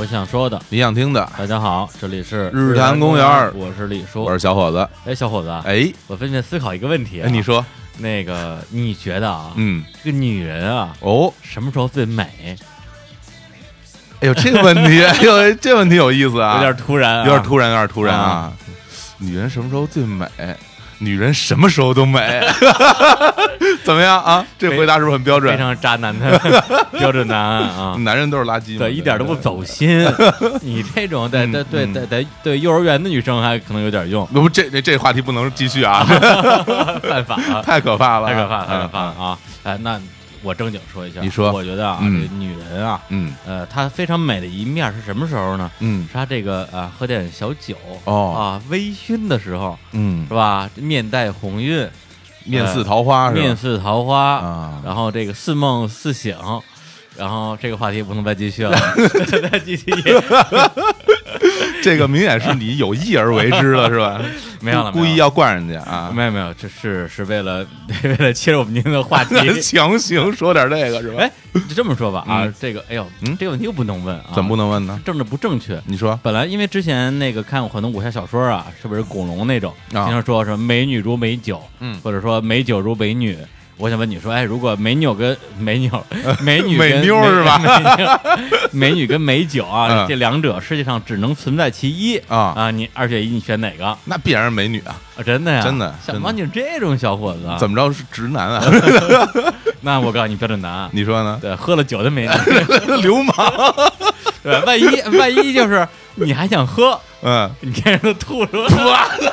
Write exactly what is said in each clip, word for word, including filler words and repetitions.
我想说的， 你想听的。 大家好，这里是日坛公园， 我是李叔， 我是小伙子。 哎，小伙子， 哎， 我最近思考一个问题、啊， 哎，你说， 那个你觉得啊， 嗯， 这个女人啊， 哦， 什么时候最美？ 哎呦，这个问题，哎呦，这问题有意思啊， 有点突然、啊， 有点突然，有点突然啊。啊女人什么时候最美？女人什么时候都美，怎么样啊？这回答是不是很标准？ 非常渣男的标准答案啊！ 男人都是垃圾， 对，一点都不走心。你这种在在对在在对幼儿园的女生还可能有点用。 不，这这这话题不能继续啊， 犯法了， 太可怕了， 太可怕了，太可怕了啊！哎，那我正经说一下， 你说， 我觉得啊， 嗯、 这女人啊， 嗯， 呃，她非常美的一面是什么时候呢？ 嗯， 是她这个啊，喝点小酒哦啊，微醺的时候， 嗯， 是吧？面带红晕， 面似桃花， 呃、面似桃花啊， 然后这个似梦似醒，然后这个话题不能再继续了，再继续。 这个明显是你有意而为之了，是吧？ 没有了， 故意要惯人家啊？ 没有没有，这是是为了为了切入我们今天的话题， 强行说点这个是吧？ 哎，就这么说吧啊， 嗯、 这个哎呦， 嗯， 这个问题又不能问啊， 怎么不能问呢？ 政治不正确。 你说， 本来因为之前那个看过很多武侠小说啊，是不是巩龙那种， 啊、 经常说什么美女如美酒， 嗯， 或者说美酒如美女。我想问你说，哎，如果美女跟美女、美女美妞是吧？ 美女跟美酒啊， 嗯、 这两者世界上只能存在其一啊啊！你二选一，你选哪个？ 那必然是美女啊！ 啊真的呀， 真的。 像王景这种小伙子， 怎么着是直男啊？ 那我告诉你标准答案， 你说呢？ 对，喝了酒的美女， 流氓。 对，万一万一就是你还想喝， 嗯， 你看人都吐出来了。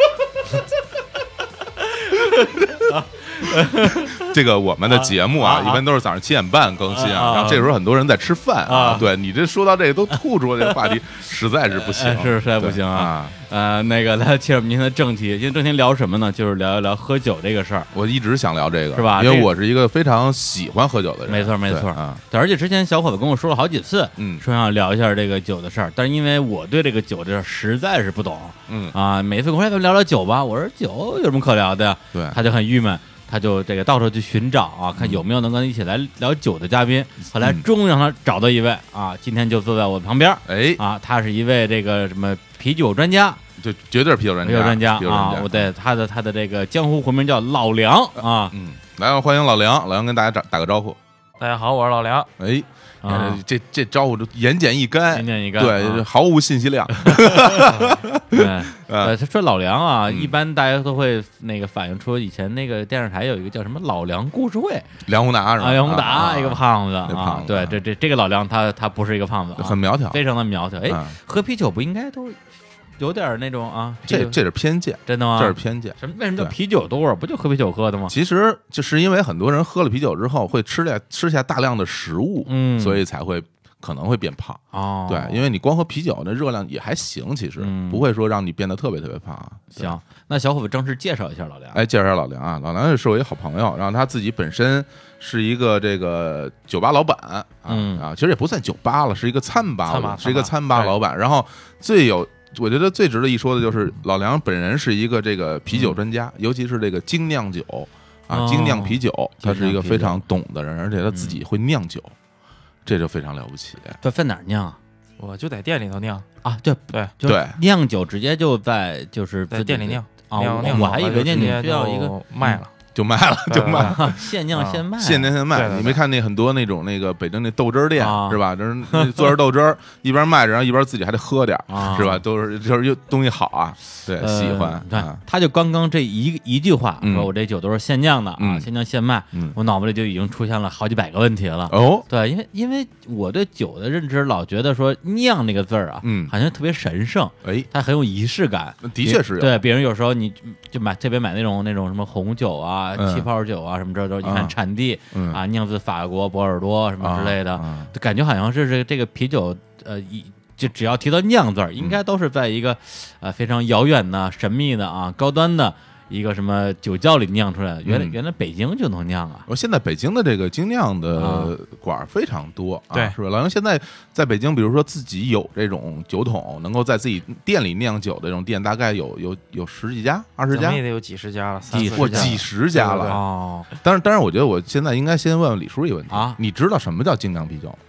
这个我们的节目啊， 啊一般都是早上七点半更新啊， 然后这时候很多人在吃饭啊。 对你这说到这个都吐出来，这个话题实在是不行， 是实在不行啊。呃，那个来切入我们今天的正题，今天正题聊什么呢？就是聊一聊喝酒这个事儿。 我一直想聊这个， 是吧？ 因为我是一个非常喜欢喝酒的人。 没错，没错啊。 对，而且之前小伙子跟我说了好几次， 嗯， 说要聊一下这个酒的事儿，但是因为我对这个酒这事儿实在是不懂， 嗯啊，每次跟我说咱聊聊酒吧，我说酒有什么可聊的呀？ 对， 他就很郁闷。他就这个到处去寻找啊，看有没有能跟他一起来聊酒的嘉宾。后来终于让他找到一位啊，今天就坐在我旁边。 哎啊，他是一位这个什么啤酒专家， 就绝对是啤酒专家， 啤酒专家啊！ 我对他的他的这个江湖魂名叫老梁啊。 嗯，来欢迎老梁，老梁跟大家打打个招呼。 大家好，我是老梁。 哎。 啊， 这这招呼就言简意赅， 言简意赅， 对， 啊、 毫无信息量。 对，呃，他说老梁啊，嗯、一般大家都会那个反映出以前那个电视台有一个叫什么老梁故事会， 梁宏达是吧？ 啊，梁宏达、啊、一个胖子啊， 啊对，这这这个老梁他他不是一个胖子、啊， 很苗条， 非常的苗条。哎， 啊、 喝啤酒不应该都有点那种啊？ 这这是偏见， 真的吗？ 这是偏见。 什么？为什么叫啤酒多？不就喝啤酒喝的吗？ 其实就是因为很多人喝了啤酒之后会吃下吃下大量的食物， 嗯， 所以才会。可能会变胖哦， 对，因为你光喝啤酒，那热量也还行，其实、 嗯、 不会说让你变得特别特别胖。 行，那小伙子正式介绍一下老梁。 哎，介绍一下老梁啊，老梁是我一个好朋友，然后他自己本身是一个这个酒吧老板啊、 嗯、 啊，其实也不算酒吧了，是一个餐吧， 餐吧是一个餐吧老板。然后最有，我觉得最值得一说的就是老梁本人是一个这个啤酒专家，嗯、尤其是这个精酿酒啊， 哦、 精酿啤酒，他是一个非常懂的人，而且他自己会酿酒。嗯这就非常了不起。 在在哪儿酿？ 我就在店里头酿啊，对对对， 酿酒直接就在就是在店里酿啊， 酿我还以为酿酒需要一个卖了。 就卖了，就卖了， 现酿现卖， 现酿现卖。 对对对你没看那很多那种那个北京那豆汁儿店、 啊、 是吧？就是做着豆汁儿，一边卖着，然后一边自己还得喝点、 啊、 是吧？都是就是又东西好啊，对， 呃、 喜欢。 对、啊，他就刚刚这一一句话， 嗯、 说我这酒都是现酿的、 嗯、 啊，现酿现卖、 嗯， 我脑子里就已经出现了好几百个问题了。 哦， 对，因为因为我对酒的认知老觉得说酿那个字儿啊， 嗯， 好像特别神圣， 哎， 它很有仪式感。 的确是有。 对，比如有时候你就买特别买那种那种什么红酒啊、 嗯、 气泡酒啊什么这都，你看产地、 嗯、 啊，酿自法国波尔多什么之类的， 啊、 就感觉好像是这这个啤酒，呃，一就只要提到酿字儿，应该都是在一个呃非常遥远的、神秘的啊、高端的一个什么酒窖里酿出来的。原来、嗯、原来北京就能酿啊！ 我现在北京的这个精酿的馆非常多，啊、 对， 是吧？老杨现在在北京，比如说自己有这种酒桶，能够在自己店里酿酒的这种店，大概有有有十几家、二十家， 也得有几十家了， 几或几十家了哦。 当然，当然，我觉得我现在应该先问问李叔一个问题啊， 你知道什么叫精酿啤酒？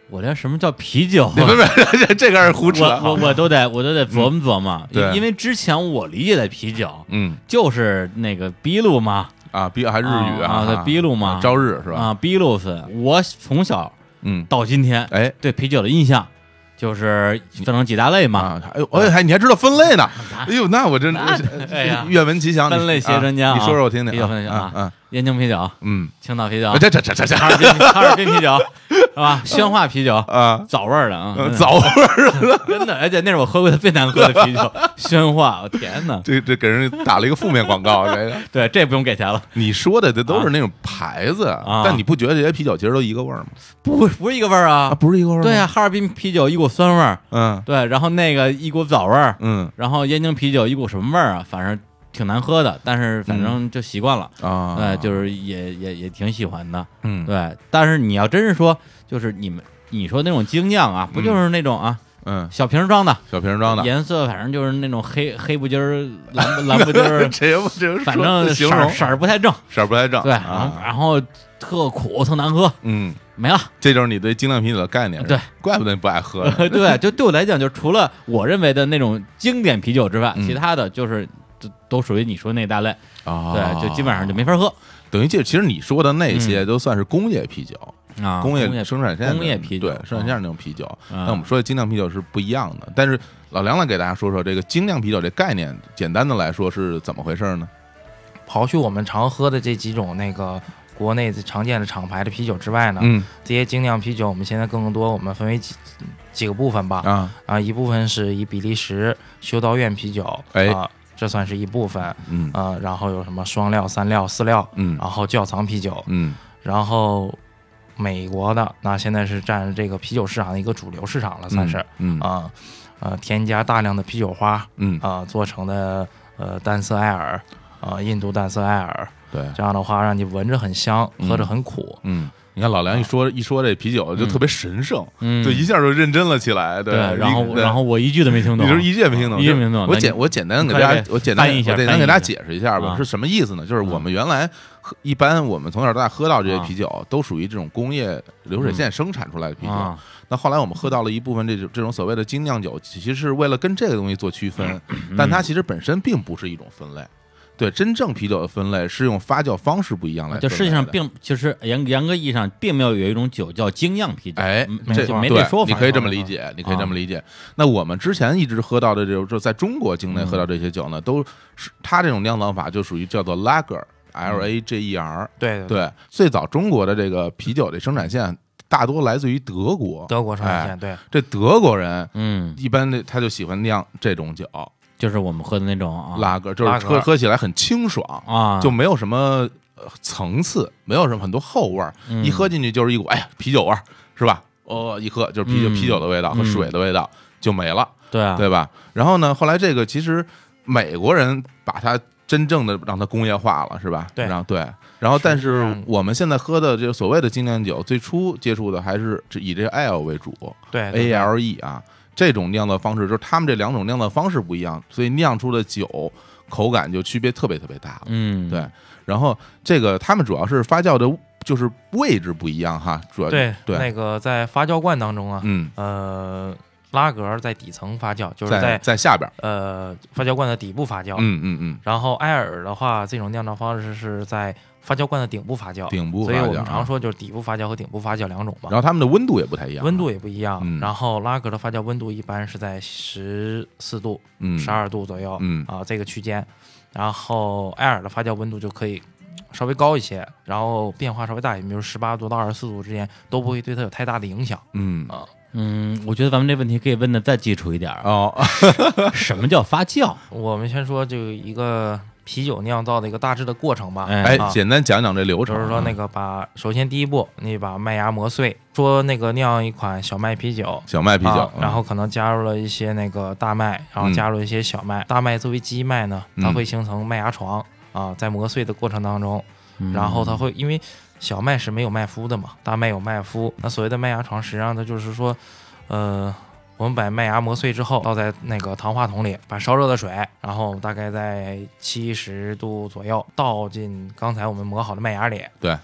我连什么叫啤酒， 不不，这这个是胡扯， 我我我都得我都得琢磨琢磨， 对， 因为之前我理解的啤酒， 嗯， 就是那个秘鲁嘛， 啊，比还日语啊，对，秘鲁嘛， 朝日是吧？ 啊，秘鲁斯，我从小嗯到今天， 哎， 对啤酒的印象。就是分成几大类嘛， 啊、哎呦，哎，还你还知道分类呢？哎呦，那我真哎呀， 愿闻其详。 分类学专家、啊啊，你说说我听听。 啤酒分类啊， 嗯， 燕京啤酒， 嗯， 青岛啤酒， 这这这这这， 哈尔滨哈尔滨啤酒是吧？宣化啤酒啊， 枣味儿的啊， 枣味儿的， 真的，而且那是我喝过的最难喝的啤酒，宣化，我天哪， 这这给人打了一个负面广告，这个对，这不用给钱了。 你说的这都是那种牌子， 啊、 但你不觉得这些啤酒其实都一个味儿吗？ 不，不是一个味儿啊， 啊，不是一个味儿。 对呀、啊，哈尔滨啤酒一股酸味儿， 嗯， 对，然后那个一股枣味儿， 嗯， 然后燕京啤酒一股什么味儿啊？反正挺难喝的，但是反正就习惯了、 嗯、啊， 对，就是也也也挺喜欢的， 嗯， 对。但是你要真是说，就是你们你说那种精酿啊，不就是那种啊？ 嗯， 小瓶装的， 小瓶装的， 颜色反正就是那种黑黑不筋儿、蓝不蓝不筋儿， 这不这反正色儿色儿不太正， 色儿不太正， 对， 啊、 然后特苦特难喝， 嗯， 没了。 这就是你对精酿啤酒的概念， 对， 怪不得你不爱喝。 对，就对我来讲，就除了我认为的那种经典啤酒之外， 嗯、 其他的就是都都属于你说那大类啊， 对，就基本上就没法喝。 等于这其实你说的那些都算是工业啤酒。 啊， 工业生产线工业啤酒， 对，生产线那种啤酒。 那、 啊、我们说的精酿啤酒是不一样的。但是老梁来给大家说说这个精酿啤酒这概念，简单的来说是怎么回事呢？ 刨去我们常喝的这几种那个国内常见的厂牌的啤酒之外呢， 嗯， 这些精酿啤酒我们现在更多我们分为几几个部分吧。 啊啊，一部分是以比利时修道院啤酒， 哎。 啊这算是一部分， 嗯呃，然后有什么双料、三料、四料， 嗯， 然后窖藏啤酒， 嗯， 然后美国的那现在是占这个啤酒市场的一个主流市场了，算是， 嗯啊，呃，添加大量的啤酒花， 嗯啊，做成的呃淡色艾尔，啊，印度淡色艾尔， 对， 这样的话让你闻着很香，喝着很苦， 嗯。你看老梁一说一说这啤酒就特别神圣， 嗯， 就一下就认真了起来，对。 然后然后我一句都没听懂， 你是一句也没听懂， 一句没听懂。 我简我简单给大家，我简单我简单给大家解释一下吧， 啊、 是什么意思呢？就是我们原来喝一般我们从小到大喝到这些啤酒，啊、都属于这种工业流水线生产出来的啤酒。 啊、 那后来我们喝到了一部分这种这种所谓的精酿酒，其实是为了跟这个东西做区分， 嗯、 但它其实本身并不是一种分类。对，真正啤酒的分类是用发酵方式不一样来分类的。 就实际上并就是严严格意义上并没有有一种酒叫精酿啤酒， 哎， 这就没这说法。 你可以这么理解，你可以这么理解。啊、那我们之前一直喝到的这种，就在中国境内喝到这些酒呢，嗯、都是它这种酿造法就属于叫做 lager，L A G E R。 对对对，最早中国的这个啤酒的生产线大多来自于德国， 德国生产线。 哎、 对， 这德国人， 嗯， 一般的他就喜欢酿这种酒。 就是我们喝的那种啊， 拉格，就是喝喝起来很清爽啊， 就没有什么层次，没有什么很多后味儿， 嗯、 一喝进去就是一股哎呀啤酒味儿，是吧？哦，一喝就是啤酒、 嗯、 啤酒的味道和水的味道、嗯、就没了， 对啊， 对吧？然后呢，后来这个其实美国人把它真正的让它工业化了，是吧？ 对， 然后对，然后但是我们现在喝的这个所谓的精酿酒，最初接触的还是以这个 ale 为主， 对 ，A L E 啊。这种酿造方式就是他们这两种酿造方式不一样，所以酿出的酒口感就区别特别特别大了。 嗯， 对。然后这个他们主要是发酵的，就是位置不一样哈，主要对对那个在发酵罐当中啊， 嗯呃，拉格在底层发酵，就是在在下边呃发酵罐的底部发酵。 嗯嗯嗯。 然后埃尔的话，这种酿造方式是在发酵罐的顶部发酵， 顶部发酵， 所以我们常说就是底部发酵和顶部发酵两种嘛。 然后它们的温度也不太一样， 温度也不一样。 嗯、 然后拉格的发酵温度一般是在十四度、十二度左右， 嗯啊这个区间。然后埃尔的发酵温度就可以稍微高一些，然后变化稍微大一点，比如十八度到二十四度之间都不会对它有太大的影响。 嗯啊。 嗯，我觉得咱们这问题可以问的再基础一点哦。 什么叫发酵？ 我们先说就一个啤酒酿造的一个大致的过程吧。 哎， 啊、 简单讲讲这流程。 就是说，那个把首先第一步，你把麦芽磨碎，说那个酿一款小麦啤酒， 小麦啤酒， 啊、然后可能加入了一些那个大麦，然后加入一些小麦。嗯、大麦作为基麦呢，它会形成麦芽床、嗯、啊，在磨碎的过程当中， 嗯、 然后它会因为小麦是没有麦麸的嘛，大麦有麦麸。那所谓的麦芽床，实际上它就是说。呃，我们把麦芽磨碎之后，倒在那个糖化桶里，把烧热的水，然后大概在七十度左右倒进刚才我们磨好的麦芽里。 对，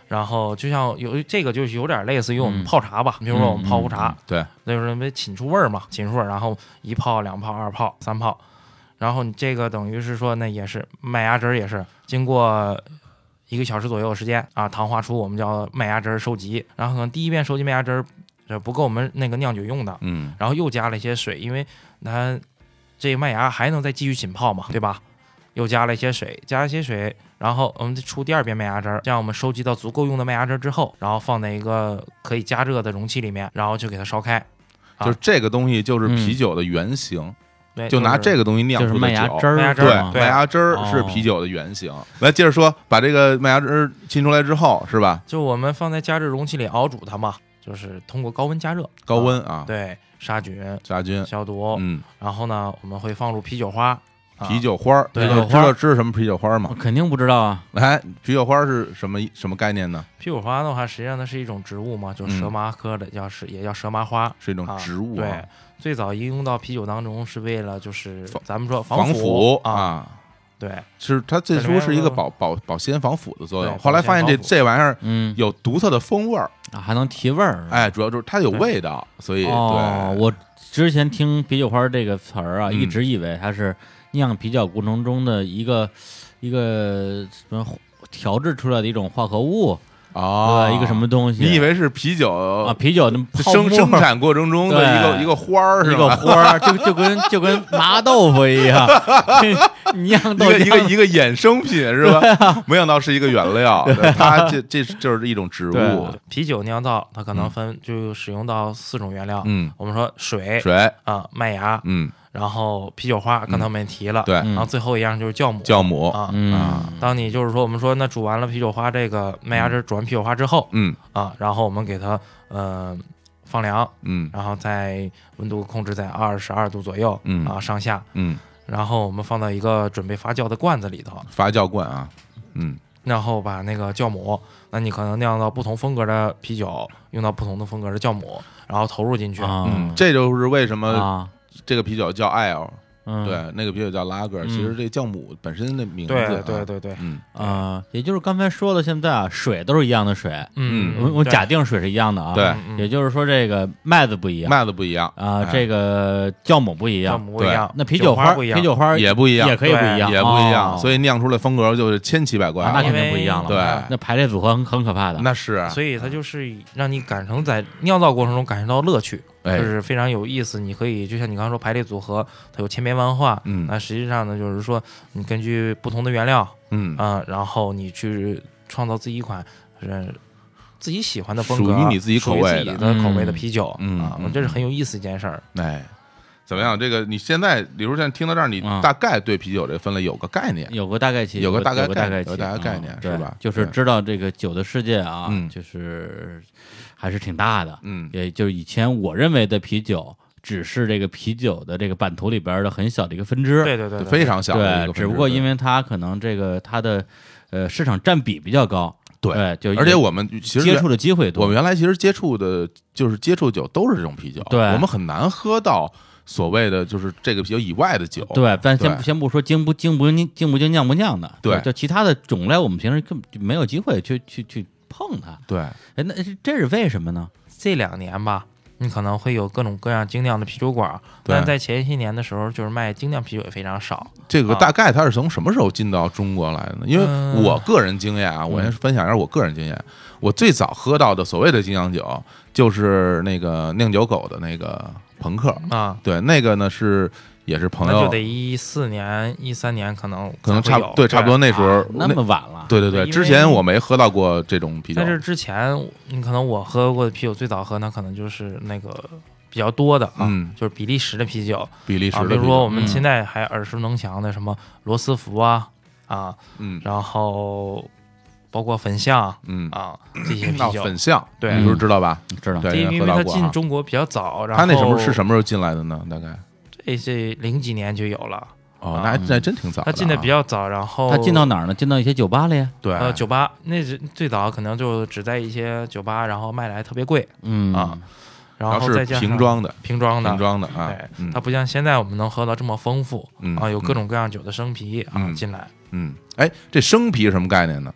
然后就像有这个就是有点类似于我们嗯泡茶吧，比如说我们泡壶茶， 对， 那就是因为沁出味儿嘛，沁出味儿，然后一泡、两泡、二泡、三泡，然后你这个等于是说那也是麦芽汁儿，也是经过一个小时左右的时间啊，糖化出我们叫麦芽汁儿收集，然后可能第一遍收集麦芽汁儿这不够我们那个酿酒用的， 嗯， 然后又加了一些水，因为它这麦芽还能再继续浸泡嘛，对吧？又加了一些水，加了一些水，然后我们出第二遍麦芽汁儿，这样我们收集到足够用的麦芽汁儿之后，然后放在一个可以加热的容器里面，然后就给它烧开。啊、 就是这个东西就是啤酒的原型， 对， 就拿这个东西酿就是出的酒， 麦芽汁儿， 麦芽汁对， 儿对麦芽汁儿是啤酒的原型。来，接着说，把这个麦芽汁儿浸出来之后，是吧？ 就我们放在加热容器里熬煮它嘛，就是通过高温加热， 高温啊， 对，杀菌、 杀菌， 消毒， 嗯， 然后呢，我们会放入啤酒花。 啤酒花儿， 对这个知道知道什么啤酒花吗我？肯定不知道啊。 来，啤酒花是什么什么概念呢？ 啤酒花的话，实际上它是一种植物嘛，就是蛇麻科的，叫是也叫蛇麻花， 是一种植物、啊对，最早应用到啤酒当中是为了就是防咱们说防腐啊。 啊对， 是它最初是一个保保保鲜防腐的作用， 对后来发现这保鲜这玩意儿嗯有独特的风味儿， 啊，还能提味儿。 哎，主要就是它有味道，所以哦， 对， 我之前听啤酒花这个词儿啊， 嗯一直以为它是酿啤酒过程中的一个一个什么调制出来的一种化合物， 哦对，一个什么东西？ 你以为是啤酒啊，啤酒那泡生沫生产过程中的一个对一个花儿是一吧？ 个花儿，就就跟就跟麻豆腐一样，酿一豆个一个浆一个衍生品是吧？没想到是一个原料，对它这这就是一种植对物， 啤酒酿造它可能嗯分就使用到四种原料， 嗯， 我们说水水， 啊、麦芽， 嗯， 然后啤酒花，刚才我们也提了， 对， 嗯然后最后一样就是酵母， 酵母， 啊。 嗯啊当你就是说，我们说那煮完了啤酒花这个麦芽汁，煮完啤酒花之后嗯啊，然后我们给它呃放凉， 嗯然后在温度控制在二十二度左右， 嗯啊上下， 嗯， 然后我们放到一个准备发酵的罐子里头， 发酵罐啊，嗯然后把那个酵母，那你可能酿到不同风格的啤酒，用到不同的风格的酵母，然后投入进去。 啊嗯，这就是为什么啊， 这个啤酒叫 ale， 嗯， 对，那个啤酒叫拉格， 嗯其实这酵母本身的名字， 对啊对对对， 嗯啊，也就是刚才说的，现在啊，水都是一样的水， 嗯我我对假定水是一样的啊， 对嗯嗯也就是说这个麦子不一样麦子不一样啊， 哎这个酵母不一酵样， 母不一样， 那啤酒花花不一样， 啤酒花也不一样， 也可以不一样， 也不一样， 哦所以酿出来风格就是千奇百怪了， 啊那肯定因为不一样了， 对那排列组合很很可怕的， 那是啊所以它就是让你感受在酿造过程中感受到乐趣， 哎就是非常有意思。你可以就像你刚刚说排列组合，它有千变万化， 嗯那实际上呢，就是说你根据不同的原料嗯， 啊、然后你去创造自己一款呃自己喜欢的风格， 属于你自己口味的属于自己的口味的啤酒，啊， 嗯嗯这是很有意思一件事儿。 哎，怎么样？这个你现在，比如现在听到这儿，你嗯大概对啤酒这个分类有个概念， 有个大概期， 有个个有个大概概概期， 有个大概概念嗯是吧对就是对知道这个酒的世界啊， 嗯就是还是挺大的， 嗯也就是以前我认为的啤酒，只是这个啤酒的这个版图里边的很小的一个分支， 对对对，对非常小的一对， 个分支， 只不过因为为它可能这个它的呃市场占比比较高， 对对，就而且我们其实接触的机会多， 我们原来其实接触的就是接触酒都是这种啤酒， 对我们很难喝到所谓的就是这个啤酒以外的酒， 对，咱先对先不说精不精不精精不精酿不酿的， 对就其他的种类，我们平时根本就没有机会去去去碰它。 对， 哎，那是这是为什么呢？ 这两年吧，你可能会有各种各样精酿的啤酒馆， 对但在前些年的时候，就是卖精酿啤酒也非常少。 这个啊大概它是从什么时候进到中国来的呢？因为嗯我个人经验啊，我先分享一下我个人经验。我最早喝到的所谓的精酿酒，就是那个酿酒狗的那个朋克， 啊， 对，那个呢是也是朋友， 那就得一四年、一三年可能可能才会有差对差不多那时候啊那么晚了， 对对对， 因为之前我没喝到过这种啤酒在，这之前，你可能我喝过的啤酒最早喝，那可能就是那个比较多的啊， 嗯， 就是比利时的啤酒啊， 比利时的啤比如说我酒， 嗯们现在还耳熟能详的什么罗斯福啊啊， 嗯然后包括粉象嗯， 啊这些啤那酒， 粉象， 对你是不是知道吧？ 知道。 对， 这因为它喝到过啊。 进中国比较早，然后他那什么是什么时候进来的呢？大概这这零几年就有了， 哦， 啊那还那还真挺早的啊。 它进的比较早，然后他进到哪儿呢？进到一些酒吧里， 对呃酒吧，那是最早可能就只在一些酒吧，然后卖的还特别贵， 嗯啊然然后是后再加上瓶装的， 瓶装的瓶装的啊对，， 嗯它不像现在我们能喝到这么丰富嗯啊，有各种各样酒的生啤啊嗯进来。 嗯，哎，这生啤是什么概念呢？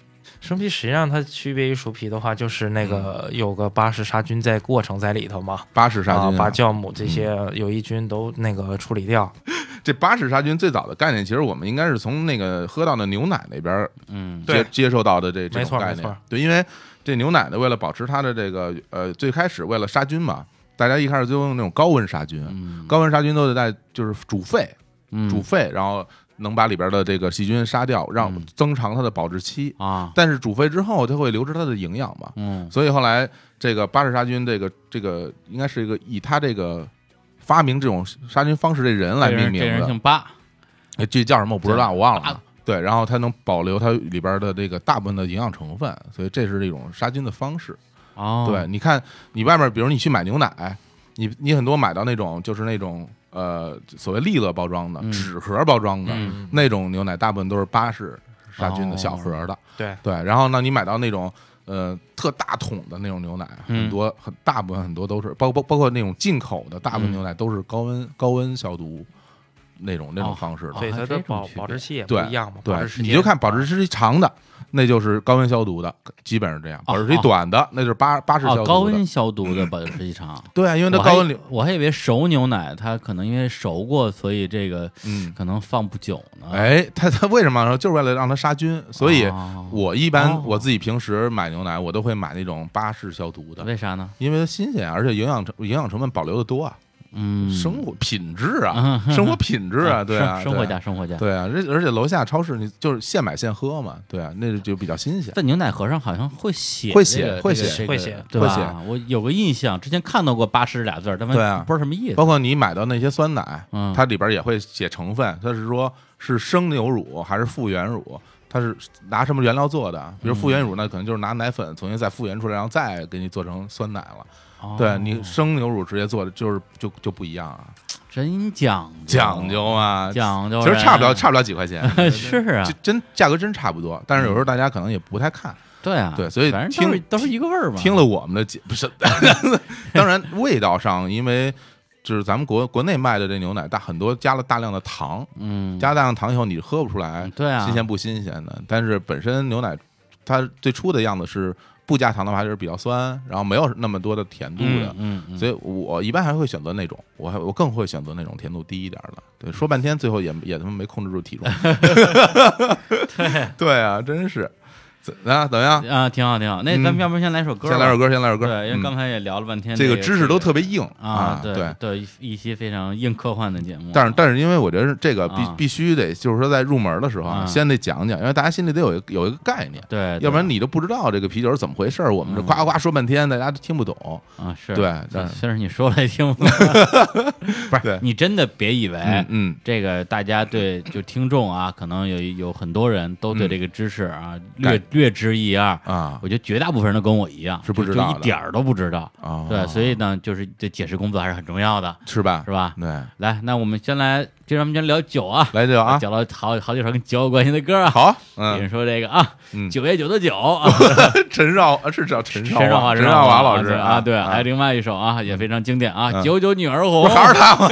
生啤实际上它区别于熟啤的话，就是那个有个巴氏杀菌在过程在里头嘛， 巴氏杀菌、啊啊，把酵母这些有益菌都那个处理掉。 这巴氏杀菌最早的概念，其实我们应该是从那个喝到的牛奶那边， 嗯， 接接受到的这这种概没错念。对，因为这牛奶呢，为了保持它的这个呃，最开始为了杀菌嘛，大家一开始就用那种高温杀菌， 嗯、 高温杀菌都得在就是煮沸， 嗯、 煮沸，然后能把里边的这个细菌杀掉，让增长它的保质期啊。 但是煮沸之后，它会流失它的营养嘛， 嗯， 所以后来这个巴氏杀菌，这个这个应该是一个以它这个发明这种杀菌方式这人来命名的， 这人姓巴。 哎，这叫什么我不知道，我忘了。对，然后它能保留它里边的这个大部分的营养成分，所以这是一种杀菌的方式。 哦， 对，你看你外面，比如你去买牛奶，你你很多买到那种就是那种呃所谓利乐包装的、 嗯、 纸盒包装的、 嗯、 那种牛奶，大部分都是巴氏杀菌的小盒的。 哦、 对对，然后呢，你买到那种呃特大桶的那种牛奶，很多很大部分很多都是包包包括那种进口的大部分牛奶都是高温、嗯、高温消毒。那种那种方式的， 所以它的保保质期也不一样嘛。 对，你就看保质期长的，那就是高温消毒的，基本上这样。保质期短的，那就是巴巴氏消毒的。 高温消毒的保质期长。 对啊，因为它高温里， 我还以为熟牛奶它可能因为熟过，所以这个嗯可能放不久呢。 哎，它它为什么说就是为了让它杀菌？所以我一般我自己平时买牛奶，我都会买那种巴氏消毒的。 为啥呢？ 因为它新鲜，而且营养成营养成分保留的多啊。 嗯， 生活品质啊，生活品质啊，对啊， 生活家，生活家， 对啊，而且楼下超市你就是现买现喝嘛，对啊，那就比较新鲜。 在牛奶盒上好像会写， 会写，会写， 会写， 对吧？我有个印象，之前看到过巴氏俩字，但对啊， 不知道什么意思。 包括你买到那些酸奶， 嗯， 它里边也会写成分，它是说是生牛乳还是复原乳，它是拿什么原料做的？比如复原乳呢，可能就是拿奶粉重新再复原出来，然后再给你做成酸奶了。 哦、 对你生牛乳直接做的，就是就就不一样啊。 真讲究讲究啊， 讲究， 其实差不了差不了几块钱， 是啊， 真价格真差不多。但是有时候大家可能也不太看， 对啊， 对，所以反正都是都是一个味儿嘛。 听了我们的节不是，当然味道上，因为就是咱们国国内卖的这牛奶大很多加了大量的糖， 嗯， 加大量糖以后你喝不出来， 对啊， 新鲜不新鲜的。但是本身牛奶它最初的样子是。不加糖的话就是比较酸，然后没有那么多的甜度的， 嗯嗯嗯、 所以我一般还会选择那种，我还我更会选择那种甜度低一点的。对，说半天最后也也他妈没控制住体重。 对对啊，真是。啊，怎么样啊？挺好，挺好。那咱们要不先来首歌？ 先来首歌，先来首歌。 对，因为刚才也聊了半天， 这个知识都特别硬啊。 对对，一些非常硬科幻的节目。 但是，但是，因为我觉得这个必必须得，就是说在入门的时候啊，先得讲讲，因为大家心里得有有一个概念。 对， 要不然你都不知道这个啤酒是怎么回事，我们这夸夸说半天，大家都听不懂啊。是， 对， 虽然你说了也听不懂。不是，你真的别以为， 嗯， 这个大家对就听众啊，可能有有很多人都对这个知识啊略略知一二。 啊， 我觉得绝大部分人都跟我一样是不知道， 就一点儿都不知道啊。 对，所以呢，就是这解释工作还是很重要的， 是吧？ 是吧？ 对， 来，那我们先来，今儿咱们先聊酒啊， 来酒啊， 讲了好好几首跟酒有关系的歌啊。 好， 比如说这个啊，九月九的酒， 陈少是叫陈陈少华， 陈少华老师啊，对，还有另外一首啊，也非常经典啊，九九女儿红， 还是他吗？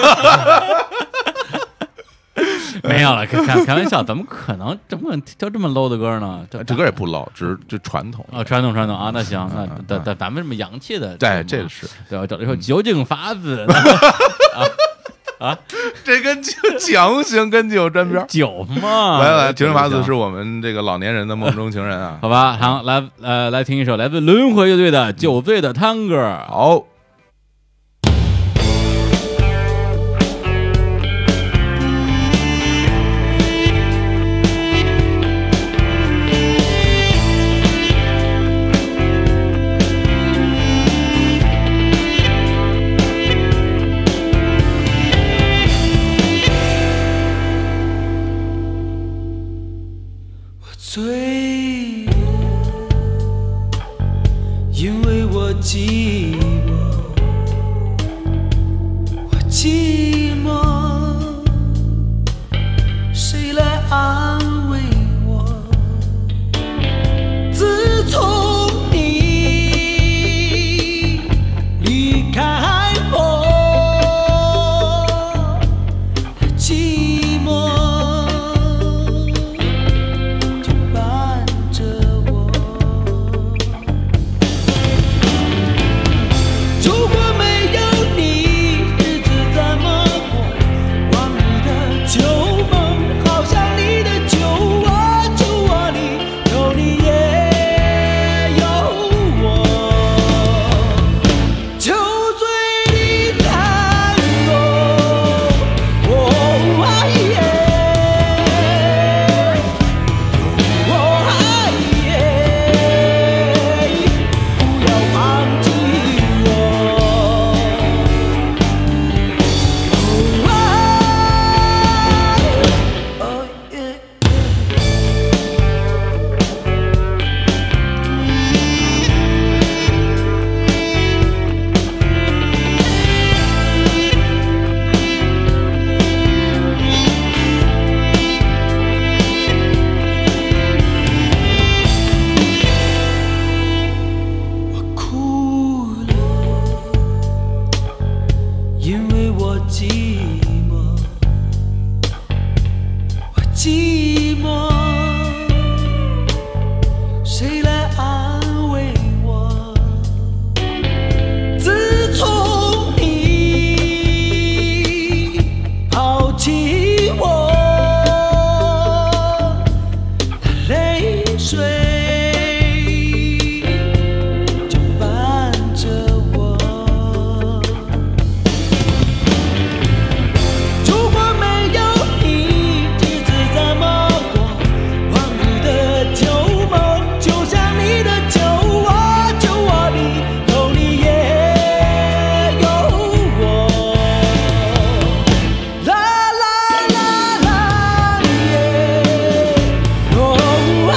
没有了，开开玩笑，怎么可能怎么可能挑这么 low 的歌呢？这这歌也不 low，只是这传统啊，传统传统啊，那行，那但但咱们这么洋气的， 对，这是对，我找了一首酒井法子啊啊， 这跟酒强行跟酒沾边， 酒嘛， 来来，酒井法子是我们这个老年人的梦中情人啊， 好吧，好，来呃来听一首来自轮回乐队的《酒醉的探戈》， 好。 醉了，因为我寂寞，我寂寞，谁来安慰我？自从你离开我，寂寞。 寂寞，谁来安慰我？自从你抛弃我，泪水就伴着我。如果没有你，日子怎么过？往日的旧梦，就像你的酒窝，酒窝里有你也有我。啦啦啦啦耶，哦哎。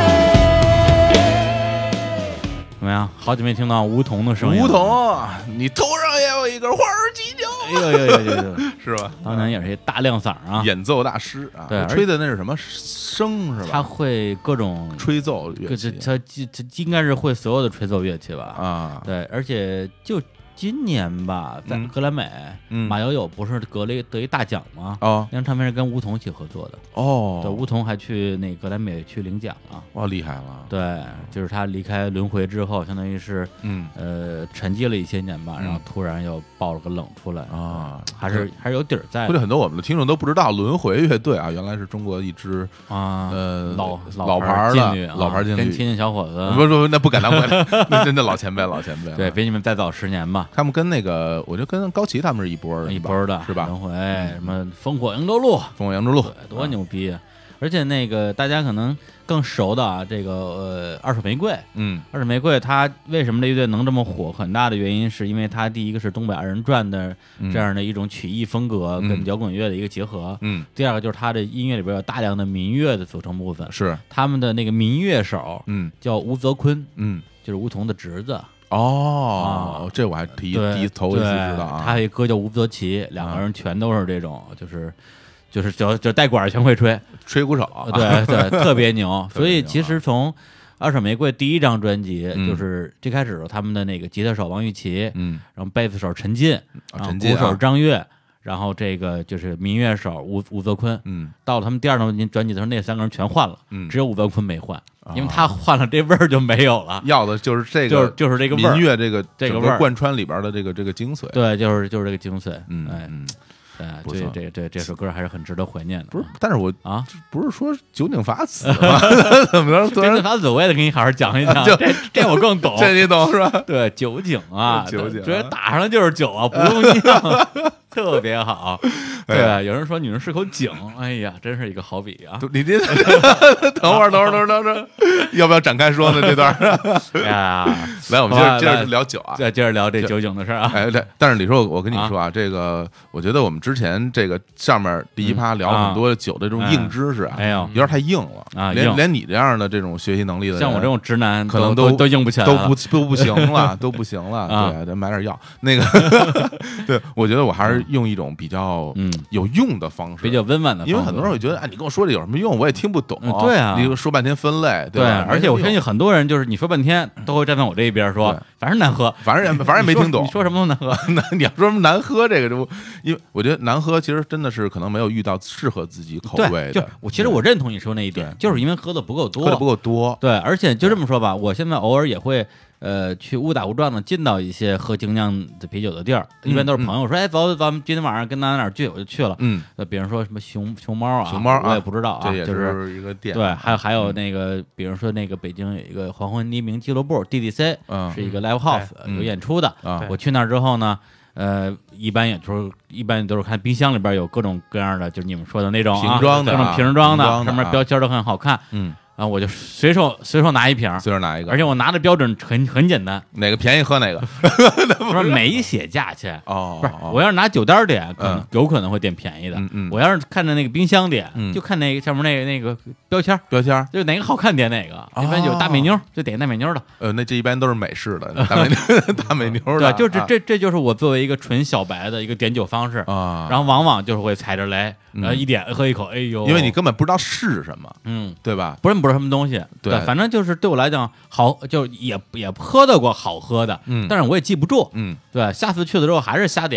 怎么样？好久没听到梧桐的声音了。 梧桐，你头上也有一根花儿犄角， 哎呦呦呦呦呦！ 是吧？ 当年也是一大亮嗓啊， 演奏大师啊， 对而吹的那是什么声是吧？ 他会各种吹奏乐这器他他他应该是会所有的吹奏乐器吧？ 啊， 对，而且就今年吧，在嗯格莱美， 嗯马友友不是得了一得一大奖吗？ 哦那张唱片是跟梧桐一起合作的，对， 哦， 梧桐还去那格莱美去领奖了。 哇，厉害了， 对，就是他离开轮回之后，相当于是嗯呃沉寂了一些年吧， 嗯然后突然又爆了个冷出来， 啊， 还是还是有底儿在的估计很多我们的听众都不知道，轮回乐队啊，原来是中国一支啊。 呃老老牌牌儿的劲旅啊， 老牌儿劲旅， 跟天津小伙子， 不是不是，那不敢当，不敢当，那真的老前辈老前辈了。 对，比你们再早十年吧。 他们跟那个，我觉得跟高旗他们是一波儿的， 一波儿的是吧？ 轮回什么烽火扬州路， 烽火扬州路对，多牛逼啊！而且那个大家可能更熟的啊，这个呃二手玫瑰， 嗯二手玫瑰它为什么这乐队能这么火？很大的原因是因为它第一个是东北二人转的这样的一种曲艺风格嗯跟摇滚乐的一个结合， 嗯， 第二个就是它的音乐里边有大量的民乐的组成部分， 是， 他们的那个民乐手嗯叫吴泽坤， 嗯， 就是梧桐的侄子。 哦，这我还第一对第一头一次对知道啊。 他有一哥叫吴泽奇，两个人全都是这种，就是就是就就带管儿全会吹， 吹鼓手， 对对，特别牛。 特别牛啊所以其实从二手玫瑰第一张专辑， 嗯就是最开始他们的那个吉他手王玉琪， 嗯， 然后贝斯手陈进， 啊然后陈进啊鼓手张悦，然后这个就是民乐手吴吴泽坤。 嗯到了他们第二张专辑的时候，那三个人全换了， 嗯只有吴泽坤没换， 啊因为他换了，这味儿就没有了。 要的就是这就是个， 就是这个味儿民乐这个整个这个味儿贯穿里边的这个这个精髓。 对，就是就是这个精髓。哎， 嗯嗯， 对， 不错这这这这首歌还是很值得怀念的。 不是，但是我啊， 不是说酒井法子吗？怎么着？突然真的法子我也得给你好好讲一讲， 就这这我更懂。 这你懂是吧？ 对，酒井啊， 酒井啊直接打上来就是酒啊，不用酿，特别好。 哎对，有人说女人是口井，哎呀，真是一个好比啊。 你这等会儿，等会儿，等会儿，等会儿，要不要展开说呢？这段儿哎呀， 来，我们接着接着聊酒啊。 再接着聊这酒井的事儿啊。 哎，对，但是李叔，我跟你说啊，这个我觉得我们之前这个上面第一趴聊了很多酒的这种硬知识啊， 哎呦有点太硬了啊硬连连你这样的这种学习能力的人， 像我这种直男， 可能都都硬不起来了， 都不都不行了，都不行了。 啊对，得买点药。那个，对我觉得我还是用一种比较嗯有用的方式， 比较温婉的方式， 因为很多人会觉得，哎，你跟我说这有什么用？我也听不懂。 嗯对啊你说半天分类， 对， 吧？ 而且我相信没什么用， 很多人就是你说半天都会站在我这一边说对， 反正难喝， 反正也反正也没听懂你。说什么都难喝。 那你要说什么难喝这个，就因为我觉得难喝其实真的是可能没有遇到适合自己口味对， 的。 就是我其实我认同你说那一点对， 就是因为喝的不够多， 喝的不够多， 对，而且就这么说吧，我现在偶尔也会呃去误打误撞的进到一些喝精酿的啤酒的地儿，一般都是朋友说，哎，走，咱们今天晚上跟哪哪哪儿聚，我就去了。 嗯， 呃，比如说什么熊熊猫啊， 熊猫啊我也不知道啊， 这也就是一个店。 对，还有还有嗯那个，比如说那个北京有一个黄昏黎明俱乐部 D D C， 嗯是一个 live house 嗯有演出的。 啊， 我去那儿之后呢，呃，一般也就是一般都是看冰箱里边有各种各样的，就是你们说的那种啊瓶装的啊各种瓶装的， 瓶装的上面啊标签都很好看。 嗯， 然后我就随手随手拿一瓶， 随便拿一个， 而且我拿的标准很很简单， 哪个便宜喝哪个。 不是没写价钱。 哦， 不是， 哦我要是拿酒单点，可能嗯有可能会点便宜的嗯。嗯我要是看着那个冰箱点嗯， 就看那个上面那个那个标签， 标签儿， 就哪个好看点哪个。 哦一般有大美妞，就点大美妞的。 呃，那这一般都是美式的大美妞大美妞的， 对，就这啊这这就是我作为一个纯小白的一个点酒方式。 啊， 然后往往就是会踩着雷， 嗯然后一点喝一口，哎呦， 因为你根本不知道是什么， 嗯。 对吧？ 不是不是什么东西， 对反正就是对我来讲好，就也也喝到过好喝的， 嗯但是我也记不住， 嗯， 对，下次去的时候还是瞎点，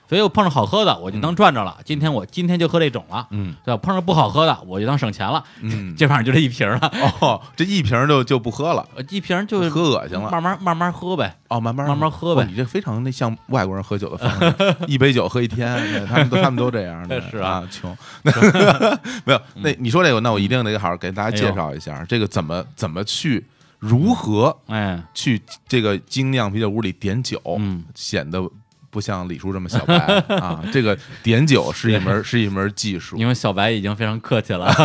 所以我碰上好喝的我就当赚着了，今天我今天就喝这种了， 嗯， 对吧？碰上不好喝的我就当省钱了， 嗯， 这玩意儿就这一瓶了， 哦，这一瓶就就不喝了， 呃一瓶就喝恶心了， 慢慢慢慢喝呗， 哦，慢慢慢慢喝呗哦你这非常那像外国人喝酒的方式，一杯酒喝一天，对他们都他们都这样的， 是啊啊，穷。没有，那你说这个，那我一定得好好给大家介绍一下，这个怎么怎么去如何哎， 去这个精酿啤酒屋里点酒， 嗯， 显得不像李叔这么小白啊。这个点酒是一门是一门技术， 因为小白已经非常客气了，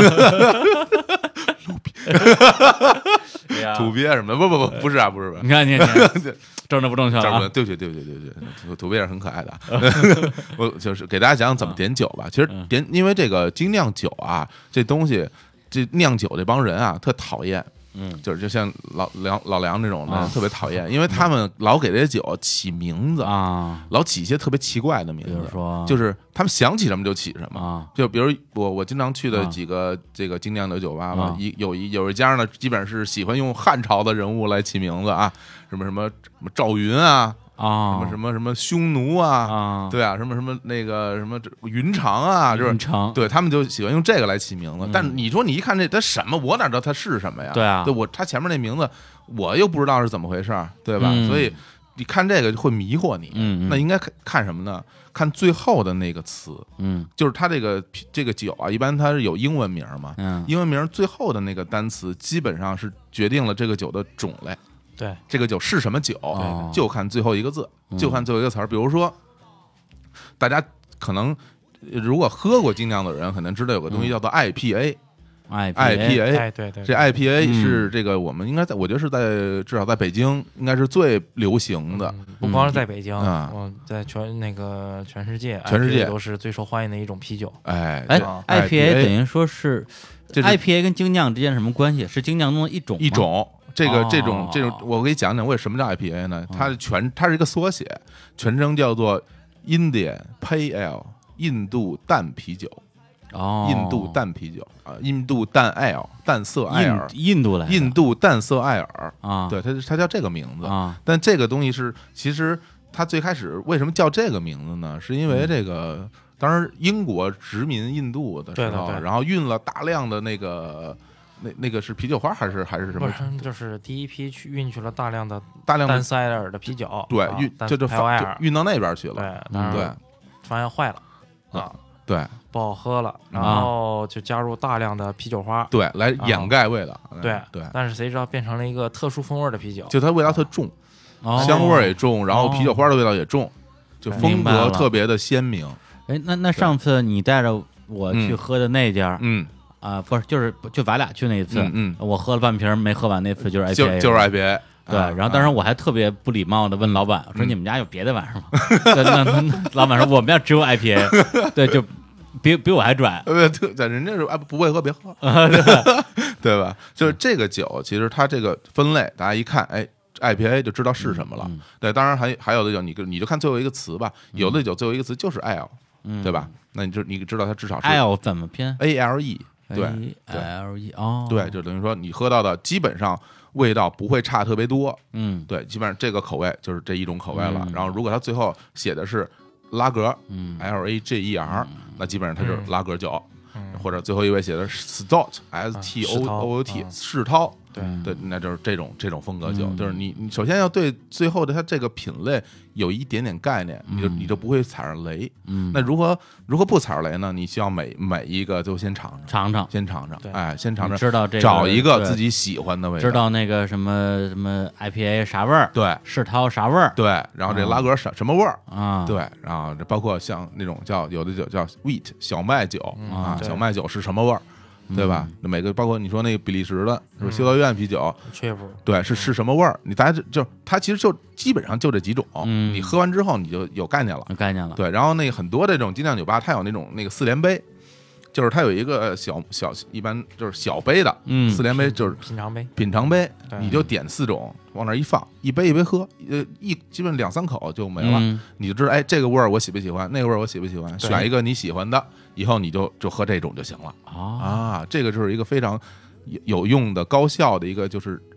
哎呀土鳖什么的，不不不，不是啊，不是不是你。看你看，你看政治不正确了啊， 对不起，对不起，对不起，对不起，土土鳖是很可爱的。我就是给大家讲讲怎么点酒吧。其实点，因为这个精酿酒啊，这东西，这酿酒这帮人啊，特讨厌。 嗯， 就是就像老梁老梁这种的， 啊特别讨厌，因为他们老给这些酒起名字， 啊， 老起一些特别奇怪的名比如字， 说就是他们想起什么就起什么。 啊， 就比如我我经常去的啊几个这个精酿的酒吧吧啊， 一有一有一家呢，基本上是喜欢用汉朝的人物来起名字啊，什么什么什么赵云啊，什啊， 么什么什么匈奴啊， 啊， 对啊，什么什么那个什么这云长啊，就是云长对他们就喜欢用这个来起名字。 嗯但你说你一看这它什么，我哪知道它是什么呀？ 对啊对我它前面那名字我又不知道是怎么回事儿，对吧？ 嗯所以你看这个会迷惑你。 嗯嗯那应该看看什么呢？看最后的那个词， 嗯就是它这个这个酒啊，一般它是有英文名嘛， 嗯英文名最后的那个单词基本上是决定了这个酒的种类。 对， 这个酒是什么酒， 哦就看最后一个字， 嗯就看最后一个词儿。比如说，大家可能呃如果喝过精酿的人，可能知道有个东西叫做 I P A。 ，I I P A， 哎，对对， 这 I P A 嗯是这个我们应该在，我觉得是在至少在北京应该是最流行的。 嗯不光是在北京， 啊嗯，在全那个全世界， 全世界 I P A 都是最受欢迎的一种啤酒。 哎哎对 ，I P A 等于说是这是 I P A 跟精酿之间什么关系？是精酿中的一种吗一种。这个哦这种这种，我给你讲讲为什么叫 I P A 呢？它全它是一个缩写，全称叫做 Indian Pale Ale， 印度淡啤酒。 哦， 印度淡啤酒啊，印度淡艾尔，淡色艾尔， 印印度来的印度淡色艾尔啊， 对，它它叫这个名字啊， 但这个东西是，其实它最开始为什么叫这个名字呢？是因嗯为这个，当时英国殖民印度的时候， 对对对然后运了大量的那个。那那个是啤酒花还是还是什么？ 不是，就是第一批去运去了大量的大量的丹斯艾尔的啤酒， 对啊丹运就就排艾尔， 发就运到那边去了。 对，但对是发现坏了啊， 对不好喝了， 啊然后就加入大量的啤酒花， 对，来掩盖味道。 对对， 但是谁知道变成了一个特殊风味的啤酒， 就它味道特重， 哦香味儿也重，然后啤酒花的味道也重，就风明白了格特别的鲜明。 哎，那那上次你带着我去喝的那家嗯。 啊，不是，就是就咱俩去那一次， 嗯嗯我喝了半瓶没喝完，那次就是 I P 就 A， 就是 I P A， 对， 啊然后当时我还特别不礼貌的问老板说：“ 嗯你们家有别的玩意儿吗？”对，那那那老板说：“我们家只有 I P A。”对，就比比我还拽。 呃，对，在人家是哎不会喝别喝，对吧？就是这个酒，其实它这个分类，大家一看，哎，I P A 就知道是什么了。对，当然还还有的酒，你你就看最后一个词吧，有的酒最后一个词就是 L，对吧？那你就你知道它至少是 L 怎么拼 A L E，对对 ，L E 哦， 对，就等于说你喝到的基本上味道不会差特别多。 嗯对，基本上这个口味就是这一种口味了。 嗯然后如果它最后写的是拉格嗯 ，L A G E R，那基本上它就是拉格酒。 嗯或者最后一位写的是 Stout，S T 世 O 涛 O O T， 啊世涛， 对对，那就是这种这种风格酒， 嗯就是你你首先要对最后的它这个品类有一点点概念，你就你就不会踩上雷。 嗯， 那如何如何不踩上雷呢？你需要每每一个都先尝尝， 尝尝， 先尝尝， 对哎，先尝尝， 知道这个找一个对自己喜欢的味道， 知道那个什么什么 I P A 啥味儿， 对世涛啥味儿对，然后这啊拉格什什么味儿？ 啊？ 对，然后这包括像那种叫有的酒叫 wheat 小麦酒啊， 对小麦酒是什么味儿？对吧？那每个包括你说那个比利时的，是不是修道院啤酒？ 确不对，是是什么味儿？你大家就就它其实就基本上就这几种， 嗯你喝完之后你就有概念了。 有概念了。 对，然后那个很多这种精酿酒吧，它有那种那个四联杯，就是它有一个小小一般就是小杯的， 嗯四联杯就是品尝杯， 品尝杯， 对你就点四种往那儿一放，一杯一杯喝，呃一基本两三口就没了， 嗯你就知道哎这个味儿我喜不喜欢，那个味儿我喜不喜欢， 对选一个你喜欢的，以后你就就喝这种就行了啊， 啊。这个就是一个非常有有用的高效的一个就是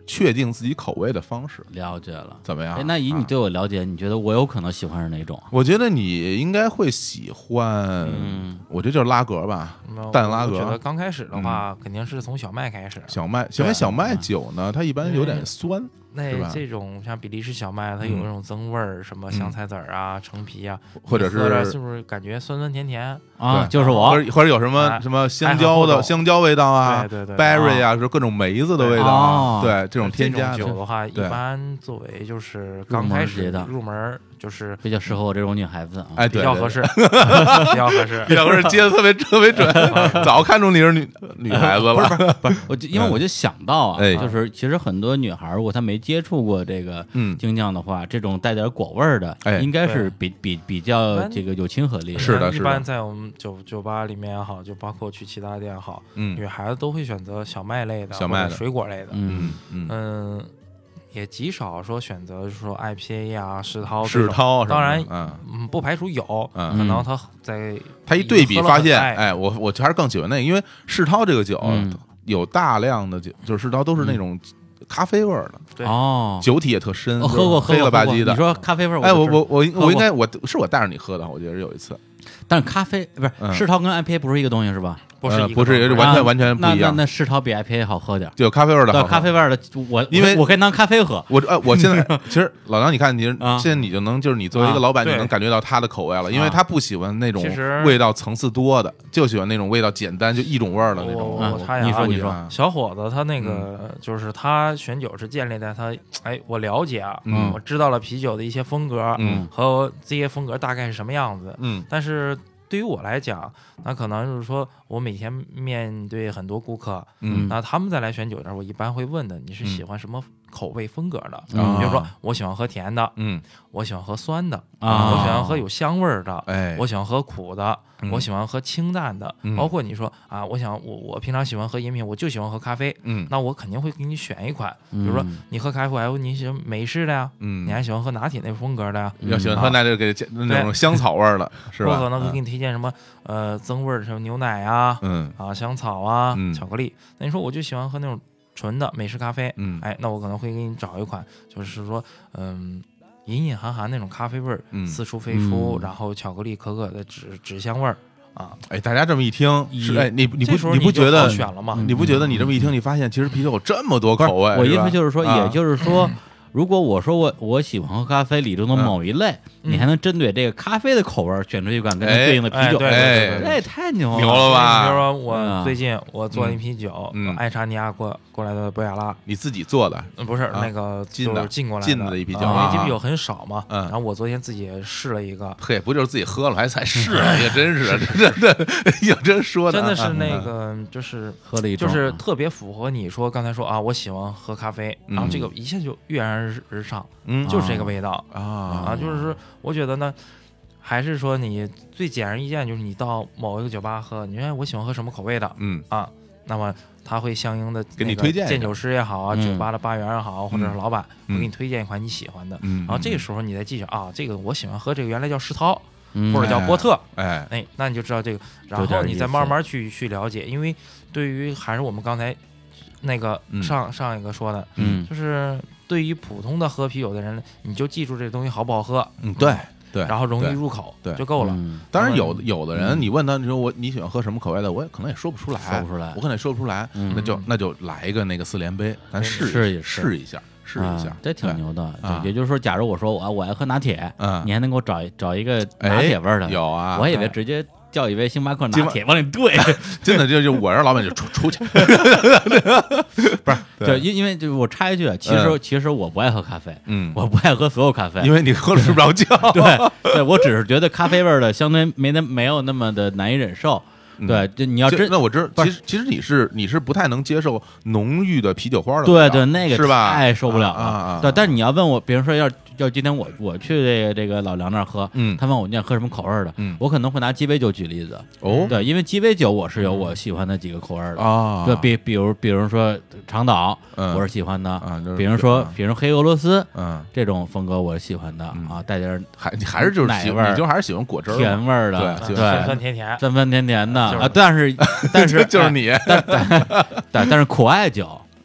确定自己口味的方式。 了解了。 怎么样哎，？那以你啊对我了解，你觉得我有可能喜欢是哪种？ 我觉得你应该会喜欢， 嗯我觉得就是拉格吧， 没有淡拉我觉得格。 刚开始的话，肯定是从小麦开始。 小麦，因为小麦酒呢，它一般有点酸，是吧那这种像比利时小麦，它有嗯那种增味儿，什么香菜籽儿啊、橙皮啊， 或者你喝着是是不是感觉酸酸甜甜？ 啊， 对就是我或者或者有什么哎什么香蕉的爱喝厚香蕉味道啊对对对 ，berry 啊，就各种梅子的味道哦啊，对这种添加的， 这种酒的话，一对般作为就是入门刚开始级的入门儿，就是比较适合我这种女孩子啊。 哎，对比较合。适，比较合适。 比较合适，接的特别特别准，早看出你是女女孩子了。 不是，我就因为我就想到啊， 哎就是其实很多女孩儿如果她没接触过这个嗯精酿的话，这种带点果味儿的， 哎应该是比比比较这个有亲和力的。 是的是的一般在我们酒酒吧里面也好，就包括去其他店也好， 嗯女孩子都会选择小麦类的、 小麦的或者水果类的。 嗯， 嗯， 嗯，也极少说选择就是说 I P A 呀、世涛这世种。 涛什么的， 当然嗯， 嗯，不排除有， 嗯可能他在他一对比发现， 哎， 哎，我我还是更喜欢那个，因为世涛这个酒嗯有大量的酒，就是世涛都是那种咖啡味儿的， 对哦， 酒体也特深， 我喝过，喝黑过了吧唧的。 喝过你说咖啡味儿， 哎，我就知道我我喝过我应该我是我带着你喝的，我觉得有一次， 但是咖啡不是嗯世涛跟 I P A 不是一个东西是吧？ 不是一个呃不是东西啊完全完全不那一样那那世涛比 I P A 好喝点儿， 就有咖啡味儿的好对， 喝， 咖啡味儿的我因为我可以当咖啡喝。 我呃，我现在其实老梁，你看，你啊现在你就能，就是你作为一个啊老板，你对能感觉到他的口味了，因为啊他不喜欢那种其实味道层次多的，就喜欢那种味道简单，就一种味儿的那种。 啊我我插一下啊你说你说啊小伙子他那嗯个就是他选酒是建立在他，哎，我了解啊， 嗯我知道了啤酒的一些风格， 嗯和这些风格大概是什么样子。 嗯但是对于我来讲，那可能就是说我每天面对很多顾客， 嗯那他们再来选酒的时候，我一般会问的，你是喜欢什么口味风格的？ 嗯比如说我喜欢喝甜的， 嗯， 我喜欢喝酸的， 啊我喜欢喝有香味儿的， 哎， 我喜欢喝苦的， 嗯我喜欢喝清淡的， 嗯包括你说啊，我想我我平常喜欢喝饮品，我就喜欢喝咖啡， 嗯那我肯定会给你选一款，比比如说你喝咖啡，还有你喜欢美式的呀， 嗯， 你还喜欢喝拿铁那风格的呀， 要喜欢喝那就给那种香草味儿的，是吧？ 我可能会给你推荐什么呃增味儿的什么牛奶啊， 嗯啊香草啊， 嗯巧克力。那你说我就喜欢喝那种纯的美式咖啡， 嗯哎，那我可能会给你找一款，就是说嗯。隐隐含含那种咖啡味儿， 嗯四处飞出， 嗯然后巧克力可可的纸纸香味儿啊， 哎，大家这么一听， 一是哎，你你不这时候就你不觉得好选了吗？ 你不觉得你这么一听，你发现其实啤酒有这么多不是口味？ 我意是吧思就是说， 啊也就是说，如果我说我我喜欢喝咖啡里中的某一类， 嗯你还能针对这个咖啡的口味儿选出一款跟它哎对应的啤酒， 哎对对对对这也太牛了， 牛了吧比如说我嗯最近我做了一啤酒， 嗯爱沙尼亚过过来的博雅拉， 你自己做的， 呃不是啊那个进的就是进过来进的一啤酒因啊为这啤酒很少嘛。 嗯然后我昨天自己也试了一个， 嘿，不就是自己喝了还才试，也真是，这这这有真说的啊， 真的是那啊个就是喝了一种就是特别符合你说刚才说啊，我喜欢喝咖啡，然后这个一下就跃然而而上， 嗯就是这个味道啊啊，就是说我觉得呢。还是说你最简而易见，就是你到某一个酒吧喝，你说我喜欢喝什么口味的嗯啊，那么他会相应的给你那个推荐一下荐酒师也好啊， 嗯酒吧的吧员也好，或者是老板嗯会给你推荐一款你喜欢的， 嗯， 然后这个时候你再记着啊，这个我喜欢喝这个原来叫世涛嗯或者叫波特， 哎， 哎，那你就知道这个，然有点意思后你再慢慢去去了解，因为对于还是我们刚才那个嗯上上一个说的， 嗯就是对于普通的喝啤酒的人，你就记住这东西好不好喝， 嗯，对对， 然后容易对入口对就够了。 嗯当然有的有的人， 嗯你问他，你说我你喜欢喝什么口味的，我也可能也说不出来， 说不出来我可能也说不出来， 嗯那就那就来一个那个四连杯，咱试试一试试一下，试一下啊，这挺对， 牛的。 啊对也就是说，假如我说我我爱喝拿铁， 嗯你还能给我找一找一个拿哎铁味儿的， 有啊， 我还以为哎直接叫一杯星巴克星巴拿铁往里兑， 真的就就我是老板就出出去， 不是？ 对对，因因为就是我插一句，啊其实嗯其实我不爱喝咖啡， 嗯， 我不爱喝所有咖啡， 因为你喝了睡不着觉， 对对，我只是觉得咖啡味儿的相对没那没有那么的难以忍受。 嗯对，就你要真就那我知道， 不是其实其实你是你是不太能接受浓郁的啤酒花的味道， 对对，那个是吧？ 太受不了了。 啊啊啊对，但是你要问我，比如说要要今天我我去这个这个老梁那儿喝， 嗯他问我你想喝什么口味儿的， 嗯我可能会拿鸡尾酒举例子。 哦对，因为鸡尾酒我是有我喜欢的几个口味儿的。 啊， 对，比比如比如说长岛， 嗯我是喜欢的。 啊，就是比如说啊比如黑俄罗斯嗯， 这种风格我是喜欢的嗯啊，带点儿还你还是就是喜奶味儿你就还是喜欢果汁儿嘛甜味儿的， 对对， 酸酸甜甜， 酸酸甜甜的就是啊。但是但是就是你但但但但是苦艾酒